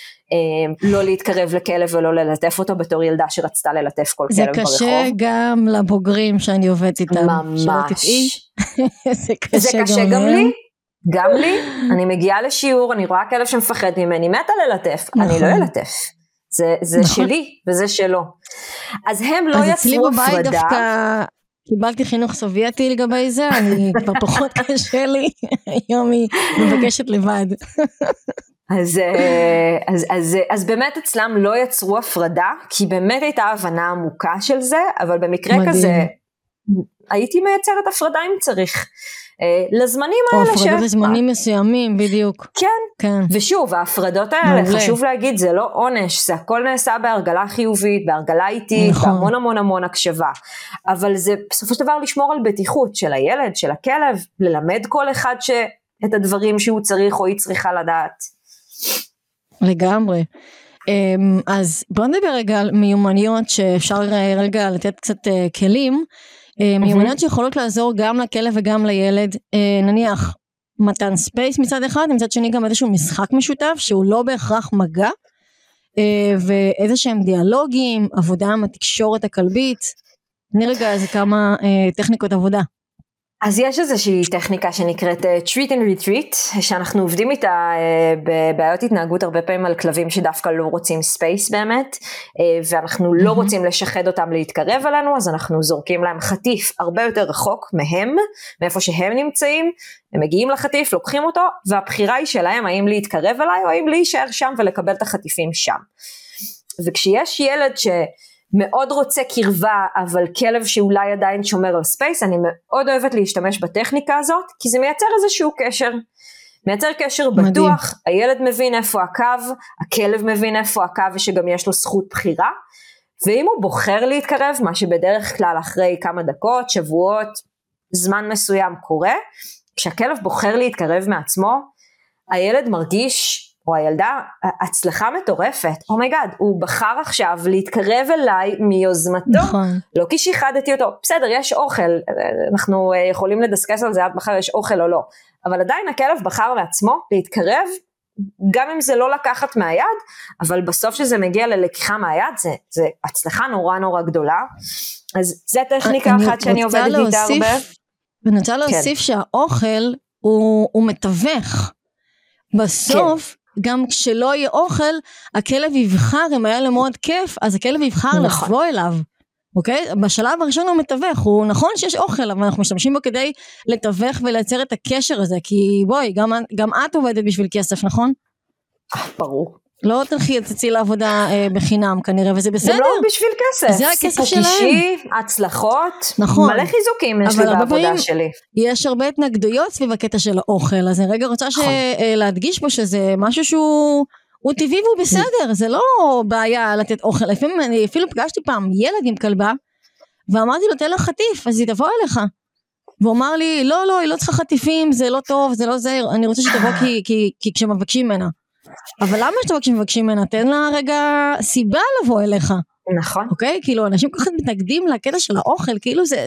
לא להתקרב לכלב ולא ללטף אותו בתור ילדה שרצתה ללטף כל כלב ברחוב. זה קשה גם לבוגרים שאני עובדת איתם. ממש. זה קשה גם לי. גם לי, אני מגיעה לשיעור, אני רואה כלב שמפחד ממני, מתה ללטף, אני לא אלטף. זה שלי וזה שלו. אז הם לא יצרו הפרדה. אז אצלי בבית דווקא קיבלתי חינוך סובייטי לגבי זה, אני כבר פחות קשה לי, היום היא מבקשת לבד. אז באמת אצלם לא יצרו הפרדה, כי באמת הייתה הבנה עמוקה של זה, אבל במקרה כזה, הייתי מייצרת הפרדה אם צריך. לזמנים האלה הפרדות לזמנים מסוימים בדיוק. כן, ושוב ההפרדות האלה חשוב להגיד זה לא עונש, זה הכל נעשה בהרגלה חיובית, בהרגלה איטית, בהמון המון המון הקשבה, אבל זה בסופו של דבר לשמור על בטיחות של הילד, של הכלב, ללמד כל אחד את הדברים שהוא צריך או היא צריכה לדעת. לגמרי. אז בוא נדבר רגע על מיומנויות שאפשר רגע לתת קצת כלים, מיומנויות שיכולות לעזור גם לכלב וגם לילד, נניח מתן ספייס מצד אחד, מצד שני גם איזשהו משחק משותף שהוא לא בהכרח מגע, ואיזה שהם דיאלוגים, עבודה עם התקשורת הכלבית, נרגע איזה כמה טכניקות עבודה. אז יש איזושהי טכניקה שנקראת treat and retreat, שאנחנו עובדים איתה בבעיות התנהגות הרבה פעמים על כלבים שדווקא לא רוצים ספייס באמת, ואנחנו לא רוצים לשחד אותם להתקרב אלינו, אז אנחנו זורקים להם חטיף הרבה יותר רחוק מהם, מאיפה שהם נמצאים, הם מגיעים לחטיף, לוקחים אותו, והבחירה היא שלהם האם להתקרב אליי או האם להישאר שם ולקבל את החטיפים שם. וכשיש ילד מאוד רוצה קרבה, אבל כלב שאולי עדיין שומר על ספייס, אני מאוד אוהבת להשתמש בטכניקה הזאת, כי זה מייצר איזשהו קשר, מייצר קשר בטוח, הילד מבין איפה הקו, הכלב מבין איפה הקו, ושגם יש לו זכות בחירה, ואם הוא בוחר להתקרב, מה שבדרך כלל אחרי כמה דקות, שבועות, זמן מסוים קורה, כשהכלב בוחר להתקרב מעצמו, הילד מרגיש, או הילדה, הצלחה מטורפת. אומייגאד, הוא בחר עכשיו להתקרב אליי מיוזמתו, נכון. לא כי שיחדתי אותו, בסדר, יש אוכל, אנחנו יכולים לדסקס על זה, עד מחר יש אוכל או לא, אבל עדיין הכלב בחר לעצמו להתקרב, גם אם זה לא לקחת מהיד, אבל בסוף שזה מגיע ללקיחה מהיד, זה הצלחה נורא נורא גדולה, אז זה טכניקה אחת שאני עובדת איתה הרבה. ואני רוצה להוסיף שהאוכל הוא מתווך, בסוף, גם כשלא יהיה אוכל, הכלב יבחר, אם היה לו מאוד כיף, אז הכלב יבחר לבוא אליו, אוקיי? בשלב הראשון הוא מתווך, הוא נכון שיש אוכל, אבל אנחנו משתמשים בו כדי לתווך ולייצר את הקשר הזה, כי בואי, גם את עובדת בשביל כסף, נכון? ברור. לא תצאי לעבודה בחינם כנראה, וזה בסדר. זה לא בשביל כסף. זה הכסף שלהם. סיפוק אישי, הצלחות, נכון. מלא חיזוקים יש לי בעבודה שלי. יש הרבה התנגדויות סביב הקטע של האוכל, אז אני רגע רוצה להדגיש פה שזה משהו שהוא טבעי והוא בסדר, זה לא בעיה לתת אוכל. לפעמים אני אפילו פגשתי פעם ילד עם כלבה, ואמרתי לו תן לה חטיף, אז היא תבוא אליך. והוא אמר לי, לא, היא לא צריכה חטיפים, זה לא טוב, זה לא זה, אני רוצה שתבוא כי כשמבקשים ממנה. אבל למה שאתה כשמבקשים ממנה? תן לה רגע סיבה לבוא אליך. נכון. אוקיי? כאילו, אנשים כל כך מתנגדים לקטע של האוכל, כאילו זה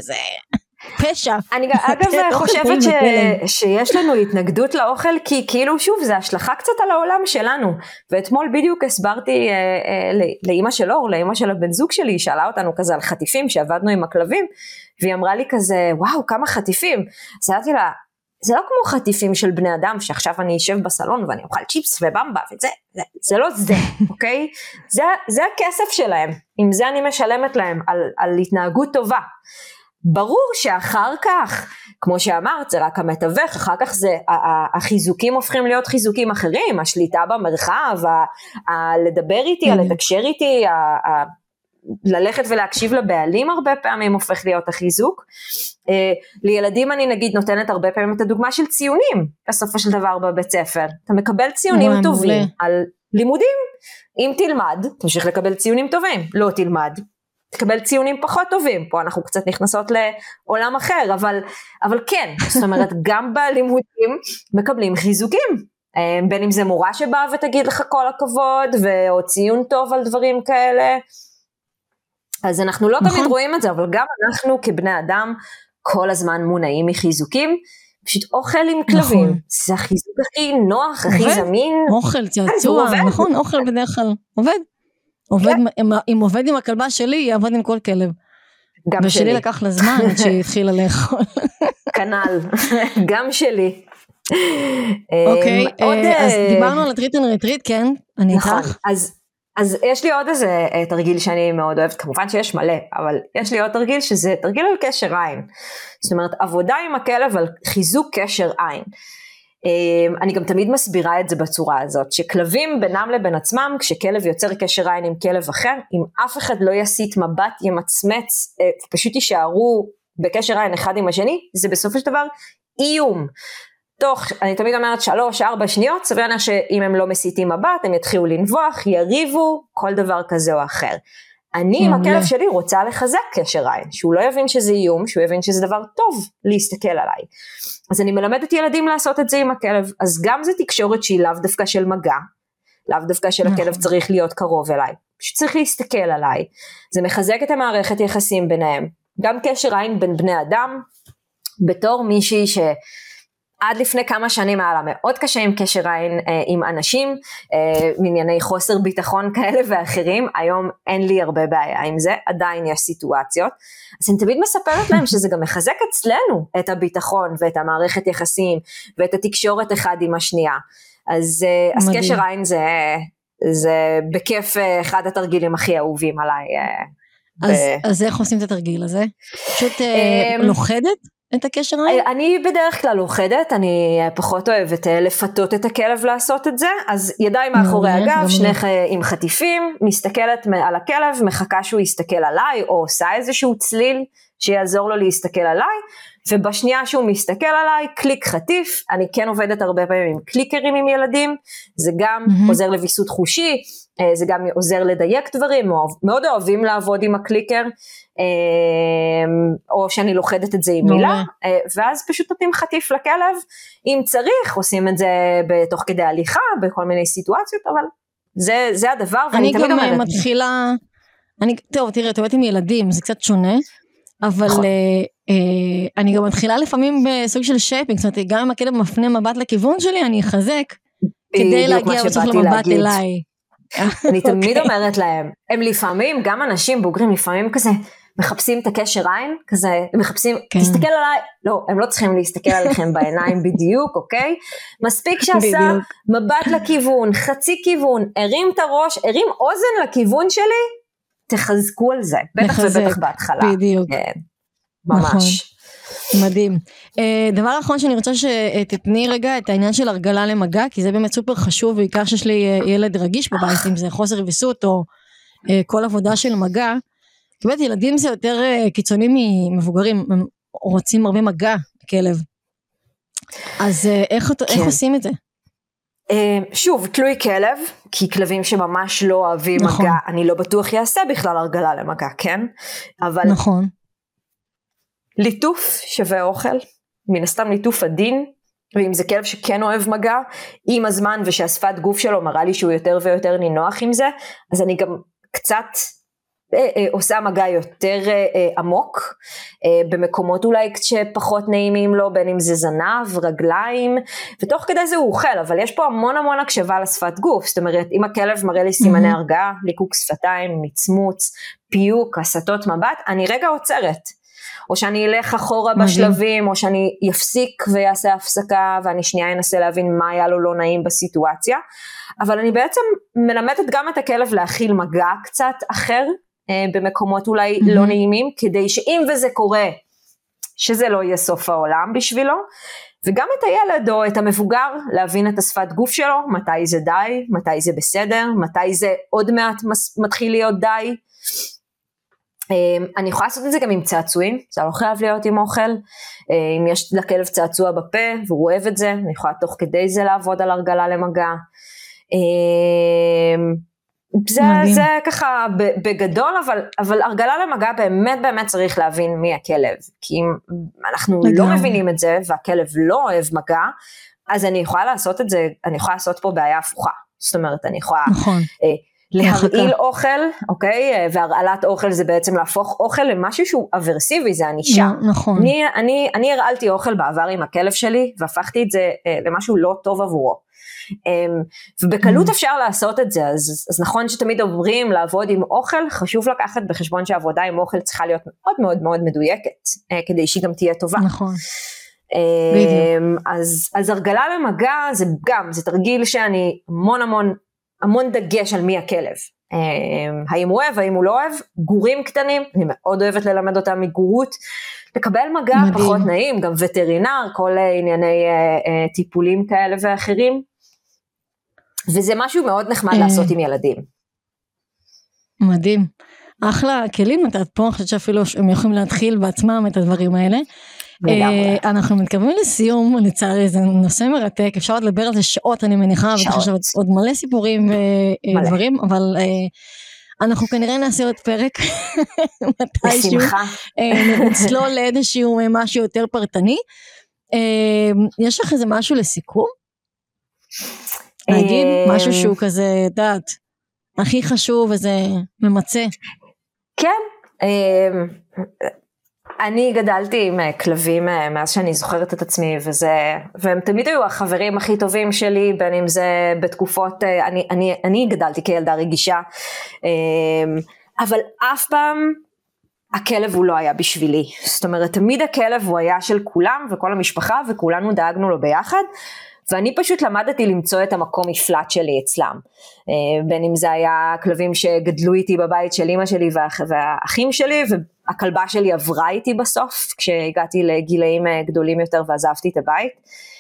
פשע. אני אגב חושבת שיש לנו התנגדות לאוכל, כי כאילו שוב, זה השלכה קצת על העולם שלנו. ואתמול בדיוק הסברתי לאמא של אור, לאמא של הבן זוג שלי, היא שאלה אותנו כזה על חטיפים, שעבדנו עם הכלבים, והיא אמרה לי כזה, וואו, כמה חטיפים. אז אמרתי לה, זה לא כמו חטיפים של בני אדם, שעכשיו אני אשב בסלון ואני אוכל צ'יפס ובמבה, זה לא זה, אוקיי? זה הכסף שלהם, עם זה אני משלמת להם, על התנהגות טובה. ברור שאחר כך, כמו שאמרת, זה רק המתווך, אחר כך זה, החיזוקים הופכים להיות חיזוקים אחרים, השליטה במרחב, לדבר איתי, לתקשר איתי, ללכת ולהקשיב לבעלים הרבה פעמים הופך להיות החיזוק. לילדים אני נגיד נותנת הרבה פעמים את הדוגמה של ציונים, בסופו של דבר בבית ספר, אתה מקבל ציונים טובים על לימודים, אם תלמד, תמשיך לקבל ציונים טובים, לא תלמד, תקבל ציונים פחות טובים, פה אנחנו קצת נכנסות לעולם אחר, אבל כן, זאת אומרת גם בלימודים מקבלים חיזוקים, בין אם זה מורה שבאה ותגיד לך כל הכבוד, או ציון טוב על דברים כאלה, אז אנחנו לא תמיד רואים את זה, אבל גם אנחנו כבני אדם כל הזמן מונעים מחיזוקים, פשוט אוכל עם כלבים, זה החיזוק הכי נוח, הכי זמין. אוכל, צעצוע, נכון, אוכל בדרך כלל, עובד, אם עובד עם הכלבה שלי, יעבוד עם כל כלב. גם שלי. ושלי לקח לזמן עד שהיא התחילה לאכול. כנ"ל, גם שלי. אוקיי, אז דיברנו על הטריט אנד ריטריט, כן, אני איתך. אז יש לי עוד איזה תרגיל שאני מאוד אוהבת, כמובן שיש מלא, אבל יש לי עוד תרגיל שזה תרגיל על קשר עין. זאת אומרת, עבודה עם הכלב על חיזוק קשר עין. אני גם תמיד מסבירה את זה בצורה הזאת, שכלבים בינם לבין עצמם, כשכלב יוצר קשר עין עם כלב אחר, אם אף אחד לא יסיט מבט, ימצמץ, פשוט יישארו בקשר עין אחד עם השני, זה בסופו של דבר איום. אני תמיד אומרת 3-4 שניות, סביר להניח שאם הם לא מסיתים מבט, הם יתחילו לנבוח, יריבו, כל דבר כזה או אחר. אני עם הכלב שלי רוצה לחזק קשר עין, שהוא לא יבין שזה איום, שהוא יבין שזה דבר טוב להסתכל עליי. אז אני מלמדת ילדים לעשות את זה עם הכלב, אז גם זה תקשורת שהיא לאו דווקא של מגע, לאו דווקא של הכלב צריך להיות קרוב אליי, פשוט צריך להסתכל עליי, זה מחזק את המערכת יחסים ביניהם, גם קשר עין בין בני אדם, בתור מישהי עד לפני כמה שנים היה לה מאוד קשה עם קשר עין עם אנשים, מענייני חוסר ביטחון כאלה ואחרים, היום אין לי הרבה בעיה עם זה, עדיין יש סיטואציות, אז אני תמיד מספרת להם שזה גם מחזק אצלנו את הביטחון ואת המערכת יחסים, ואת התקשורת אחד עם השנייה, אז קשר עין זה בכיף אחד התרגילים הכי אהובים עליי. אז איך עושים את התרגיל הזה? פשוט לוחדת? את הקשר עין? אני בדרך כלל לוחדת, אני פחות אוהבת לפתות את הכלב לעשות את זה, אז ידיים מאחורי הגב, שניך עם חטיפים, מסתכלת על הכלב, מחכה שהוא יסתכל עליי, או עושה איזשהו צליל שיעזור לו להסתכל עליי, ובשנייה שהוא מסתכל עליי, קליק חטיף, אני כן עובדת הרבה פעמים עם קליקרים עם ילדים, זה גם עוזר לוויסות חושי, זה גם עוזר לדייק דברים, מאוד אוהבים לעבוד עם הקליקר, או שאני לוחדת את זה עם מילה, ואז פשוט נותנים חטיף לכלב, אם צריך, עושים את זה בתוך כדי הליכה, בכל מיני סיטואציות, אבל זה הדבר, ואני תמיד אומרת. אני גם מתחילה, טוב, תראה, את עובדת עם ילדים, זה קצת שונה, אבל אני גם מתחילה לפעמים בסוג של שייפינג, זאת אומרת, גם אם הכלב מפנה מבט לכיוון שלי, אני אחזק, כדי להגיע בסוף למבט אליי. אני תמיד אומרת להם, הם לפעמים, גם אנשים בוגרים, לפעמים כזה, מחפשים את הקשר עין, כזה, מחפשים, תסתכל עליי, לא, הם לא צריכים להסתכל עליכם בעיניים בדיוק, אוקיי? מספיק שעשה מבט לכיוון, חצי כיוון, הרים את הראש, הרים אוזן לכיוון שלי, תחזקו על זה, בטח ובטח בהתחלה. בדיוק. ממש. מדהים. דבר אחרון שאני רוצה שתתני רגע את העניין של הרגלה למגע, כי זה באמת סופר חשוב, בעיקר שיש לי ילד רגיש בבית, אם זה חוסר ויסות או כל עבודה של מגע, כי באמת ילדים זה יותר קיצוני ממבוגרים, הם רוצים הרבה מגע כלב. אז איך עושים את זה? שוב, תלוי כלב, כי כלבים שממש לא אוהבים מגע, אני לא בטוח יעשה בכלל הרגלה למגע, כן? אבל נכון. ליטוף שווה אוכל, מן הסתם ליטוף עדין, ואם זה כלב שכן אוהב מגע, עם הזמן ושהשפת גוף שלו מראה לי שהוא יותר ויותר נינוח עם זה, אז אני גם קצת עושה מגע יותר עמוק, במקומות אולי שפחות נעימים לו, בין אם זה זנב, רגליים, ותוך כדי זה הוא אוכל, אבל יש פה המון המון הקשבה לשפת גוף, זאת אומרת, אם הכלב מראה לי סימני הרגעה, ליקוק שפתיים, מצמוץ, פיוק, הסתות מבט, אני רגע עוצרת, או שאני אלך אחורה בשלבים, או שאני יפסיק ויעשה הפסקה, ואני שנייה אנסה להבין מה היה לו לא נעים בסיטואציה, אבל אני בעצם מלמדת גם את הכלב להכיל מגע קצת אחר, במקומות אולי לא נעימים, כדי שאם וזה קורה, שזה לא יהיה סוף העולם בשבילו, וגם את הילד או את המבוגר, להבין את השפת גוף שלו, מתי זה די, מתי זה בסדר, מתי זה עוד מעט מתחיל להיות די. אני יכולה לעשות את זה גם עם צעצועים, זה לא חייב להיות עם אוכל, אם יש לכלב צעצוע בפה, והוא אוהב את זה, אני יכולה תוך כדי זה לעבוד על הרגלה למגע, זה ככה בגדול, אבל הרגלה למגע באמת צריך להבין מי הכלב, כי אם אנחנו לא מבינים את זה, והכלב לא אוהב מגע, אז אני יכולה לעשות את זה, אני יכולה לעשות פה בעיה הפוכה, זאת אומרת, אני יכולה להרעיל אוכל, אוקיי, והרעלת אוכל זה בעצם להפוך אוכל למשהו שהוא אברסיבי, זה אנישה. נכון. אני הרעלתי אוכל בעבר עם הכלב שלי, והפכתי את זה למשהו לא טוב עבורו. ובקלות אפשר לעשות את זה, אז נכון שתמיד אומרים לעבוד עם אוכל, חשוב לקחת בחשבון שהעבודה עם אוכל צריכה להיות מאוד מאוד מאוד מדויקת, כדי שהיא גם תהיה טובה. נכון. אז הרגלה למגע זה תרגיל שאני המון דגש על מי הכלב, האם הוא אוהב, האם הוא לא אוהב, גורים קטנים, אני מאוד אוהבת ללמד אותם מגורות, לקבל מגע פחות נעים, גם וטרינר, כל ענייני טיפולים כאלה ואחרים, וזה משהו מאוד נחמד לעשות עם ילדים. מדהים. אחלה כלים, אתה פה, אני חושבת שאפילו הם יכולים להתחיל בעצמם את הדברים האלה. אנחנו מתקרבים לסיום, לצערי זה נושא מרתק, אפשר לדבר על זה שעות אני מניחה, וחשבת עוד מלא סיפורים ודברים, אבל אנחנו כנראה נעשה עוד פרק, מתישהו, נצלול לאיזשהו משהו יותר פרטני. יש לך איזה משהו לסיכום? להגיד משהו שהוא כזה, דעת, הכי חשוב וזה ממצא. כן, אני גדלתי עם כלבים מאז שאני זוכרת את עצמי, והם תמיד היו החברים הכי טובים שלי, בין אם זה בתקופות, אני גדלתי כילדה רגישה, אבל אף פעם הכלב הוא לא היה בשבילי, זאת אומרת תמיד הכלב הוא היה של כולם וכל המשפחה, וכולנו דאגנו לו ביחד, ואני פשוט למדתי למצוא את המקום מפלט שלי אצלם, בין אם זה היה כלבים שגדלו איתי בבית של אמא שלי והאחים שלי, והכלבה שלי עברה איתי בסוף, כשהגעתי לגילאים גדולים יותר ועזבתי את הבית,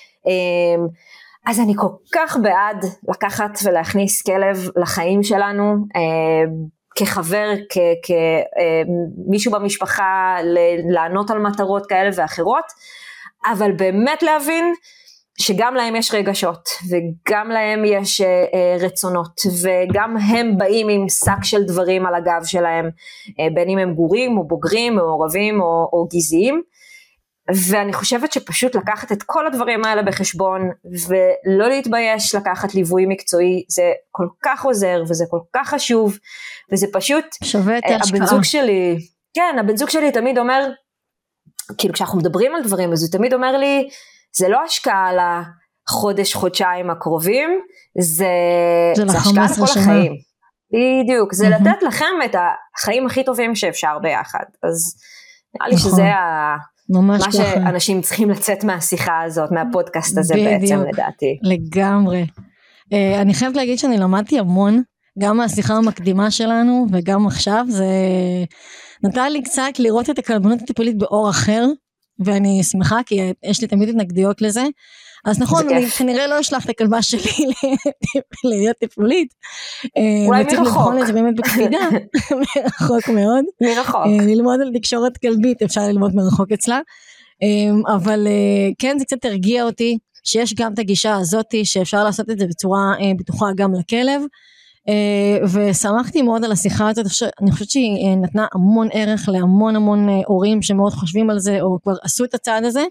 אז אני כל כך בעד לקחת ולהכניס כלב לחיים שלנו, כחבר, כמישהו במשפחה, לענות על מטרות כאלה ואחרות, אבל באמת להבין שגם להם יש רגשות, וגם להם יש רצונות, וגם הם באים עם שק של דברים על הגב שלהם, בין אם הם גורים או בוגרים, מעורבים או גזעיים, ואני חושבת שפשוט לקחת את כל הדברים האלה בחשבון, ולא להתבייש לקחת ליווי מקצועי, זה כל כך עוזר, וזה כל כך חשוב, וזה פשוט, שווה את ההשקעה. הבן זוג שלי, כן, הבן זוג שלי תמיד אומר, כאילו כשאנחנו מדברים על דברים, אז הוא תמיד אומר לי, זה לא השקעה על החודש, חודשיים הקרובים, זה השקעה על כל החיים. בדיוק, זה לתת לכם את החיים הכי טובים שאפשר ביחד. אז נראה לי שזה מה שאנשים צריכים לצאת מהשיחה הזאת, מהפודקאסט הזה בעצם לדעתי. לגמרי. אני חייבת להגיד שאני למדתי המון, גם מהשיחה המקדימה שלנו וגם עכשיו, זה נתן לי קצת לראות את הכלבנות הטיפולית באור אחר, ואני שמחה כי יש לי תמיד התנגדויות לזה, אז נכון, אני כנראה לא אשלח את הכלבה שלי להיות טיפולית, אולי מרחוק. לבחון את זה באמת בקפידה, מרחוק מאוד, ללמוד על תקשורת כלבית, אפשר ללמוד מרחוק אצלה, אבל כן זה קצת הרגיע אותי, שיש גם את הגישה הזאת, שאפשר לעשות את זה בצורה בטוחה גם לכלב, ושמחתי מאוד על השיחה הזאת, אני חושבת שהיא נתנה המון ערך להמון המון הורים שמאוד חושבים על זה, או כבר עשו את הצעד הזה,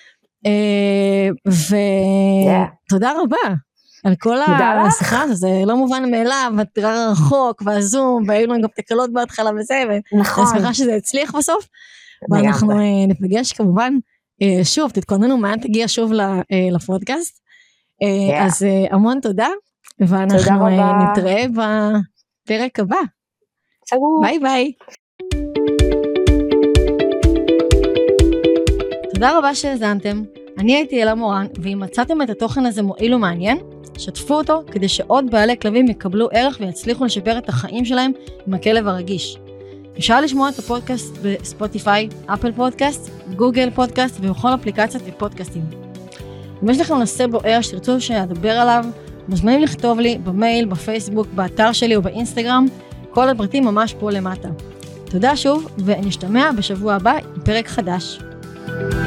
ותודה רבה על כל השיחה הזאת, זה לא מובן מאליו, התראה רחוק והזום, והיו לנו גם תקלות בהתחלה וזה, ואני שמחה שזה הצליח בסוף, ואנחנו נפגש כמובן שוב, תתכוננו מה תגיע שוב לפודקאסט, אז המון תודה, ואנחנו נתראה בפרק הבא. ביי ביי. תודה רבה שהאזנתם, אני הייתי אלה מורן, ואם מצאתם את התוכן הזה מועיל ומעניין, שתפו אותו כדי שעוד בעלי כלבים יקבלו ערך ויצליחו לשפר את החיים שלהם עם הכלב הרגיש. אפשר לשמוע את הפודקאסט בספוטיפיי, אפל פודקאסט, גוגל פודקאסט ובכל אפליקציות ופודקאסטים. אם יש לכם נושא בוער שתרצו שאדבר עליו, מוזמנים לכתוב לי במייל, בפייסבוק, באתר שלי או באינסטגרם, כל הפרטים ממש פה למטה. תודה שוב, ונשתמע בשבוע הבא עם פרק חדש.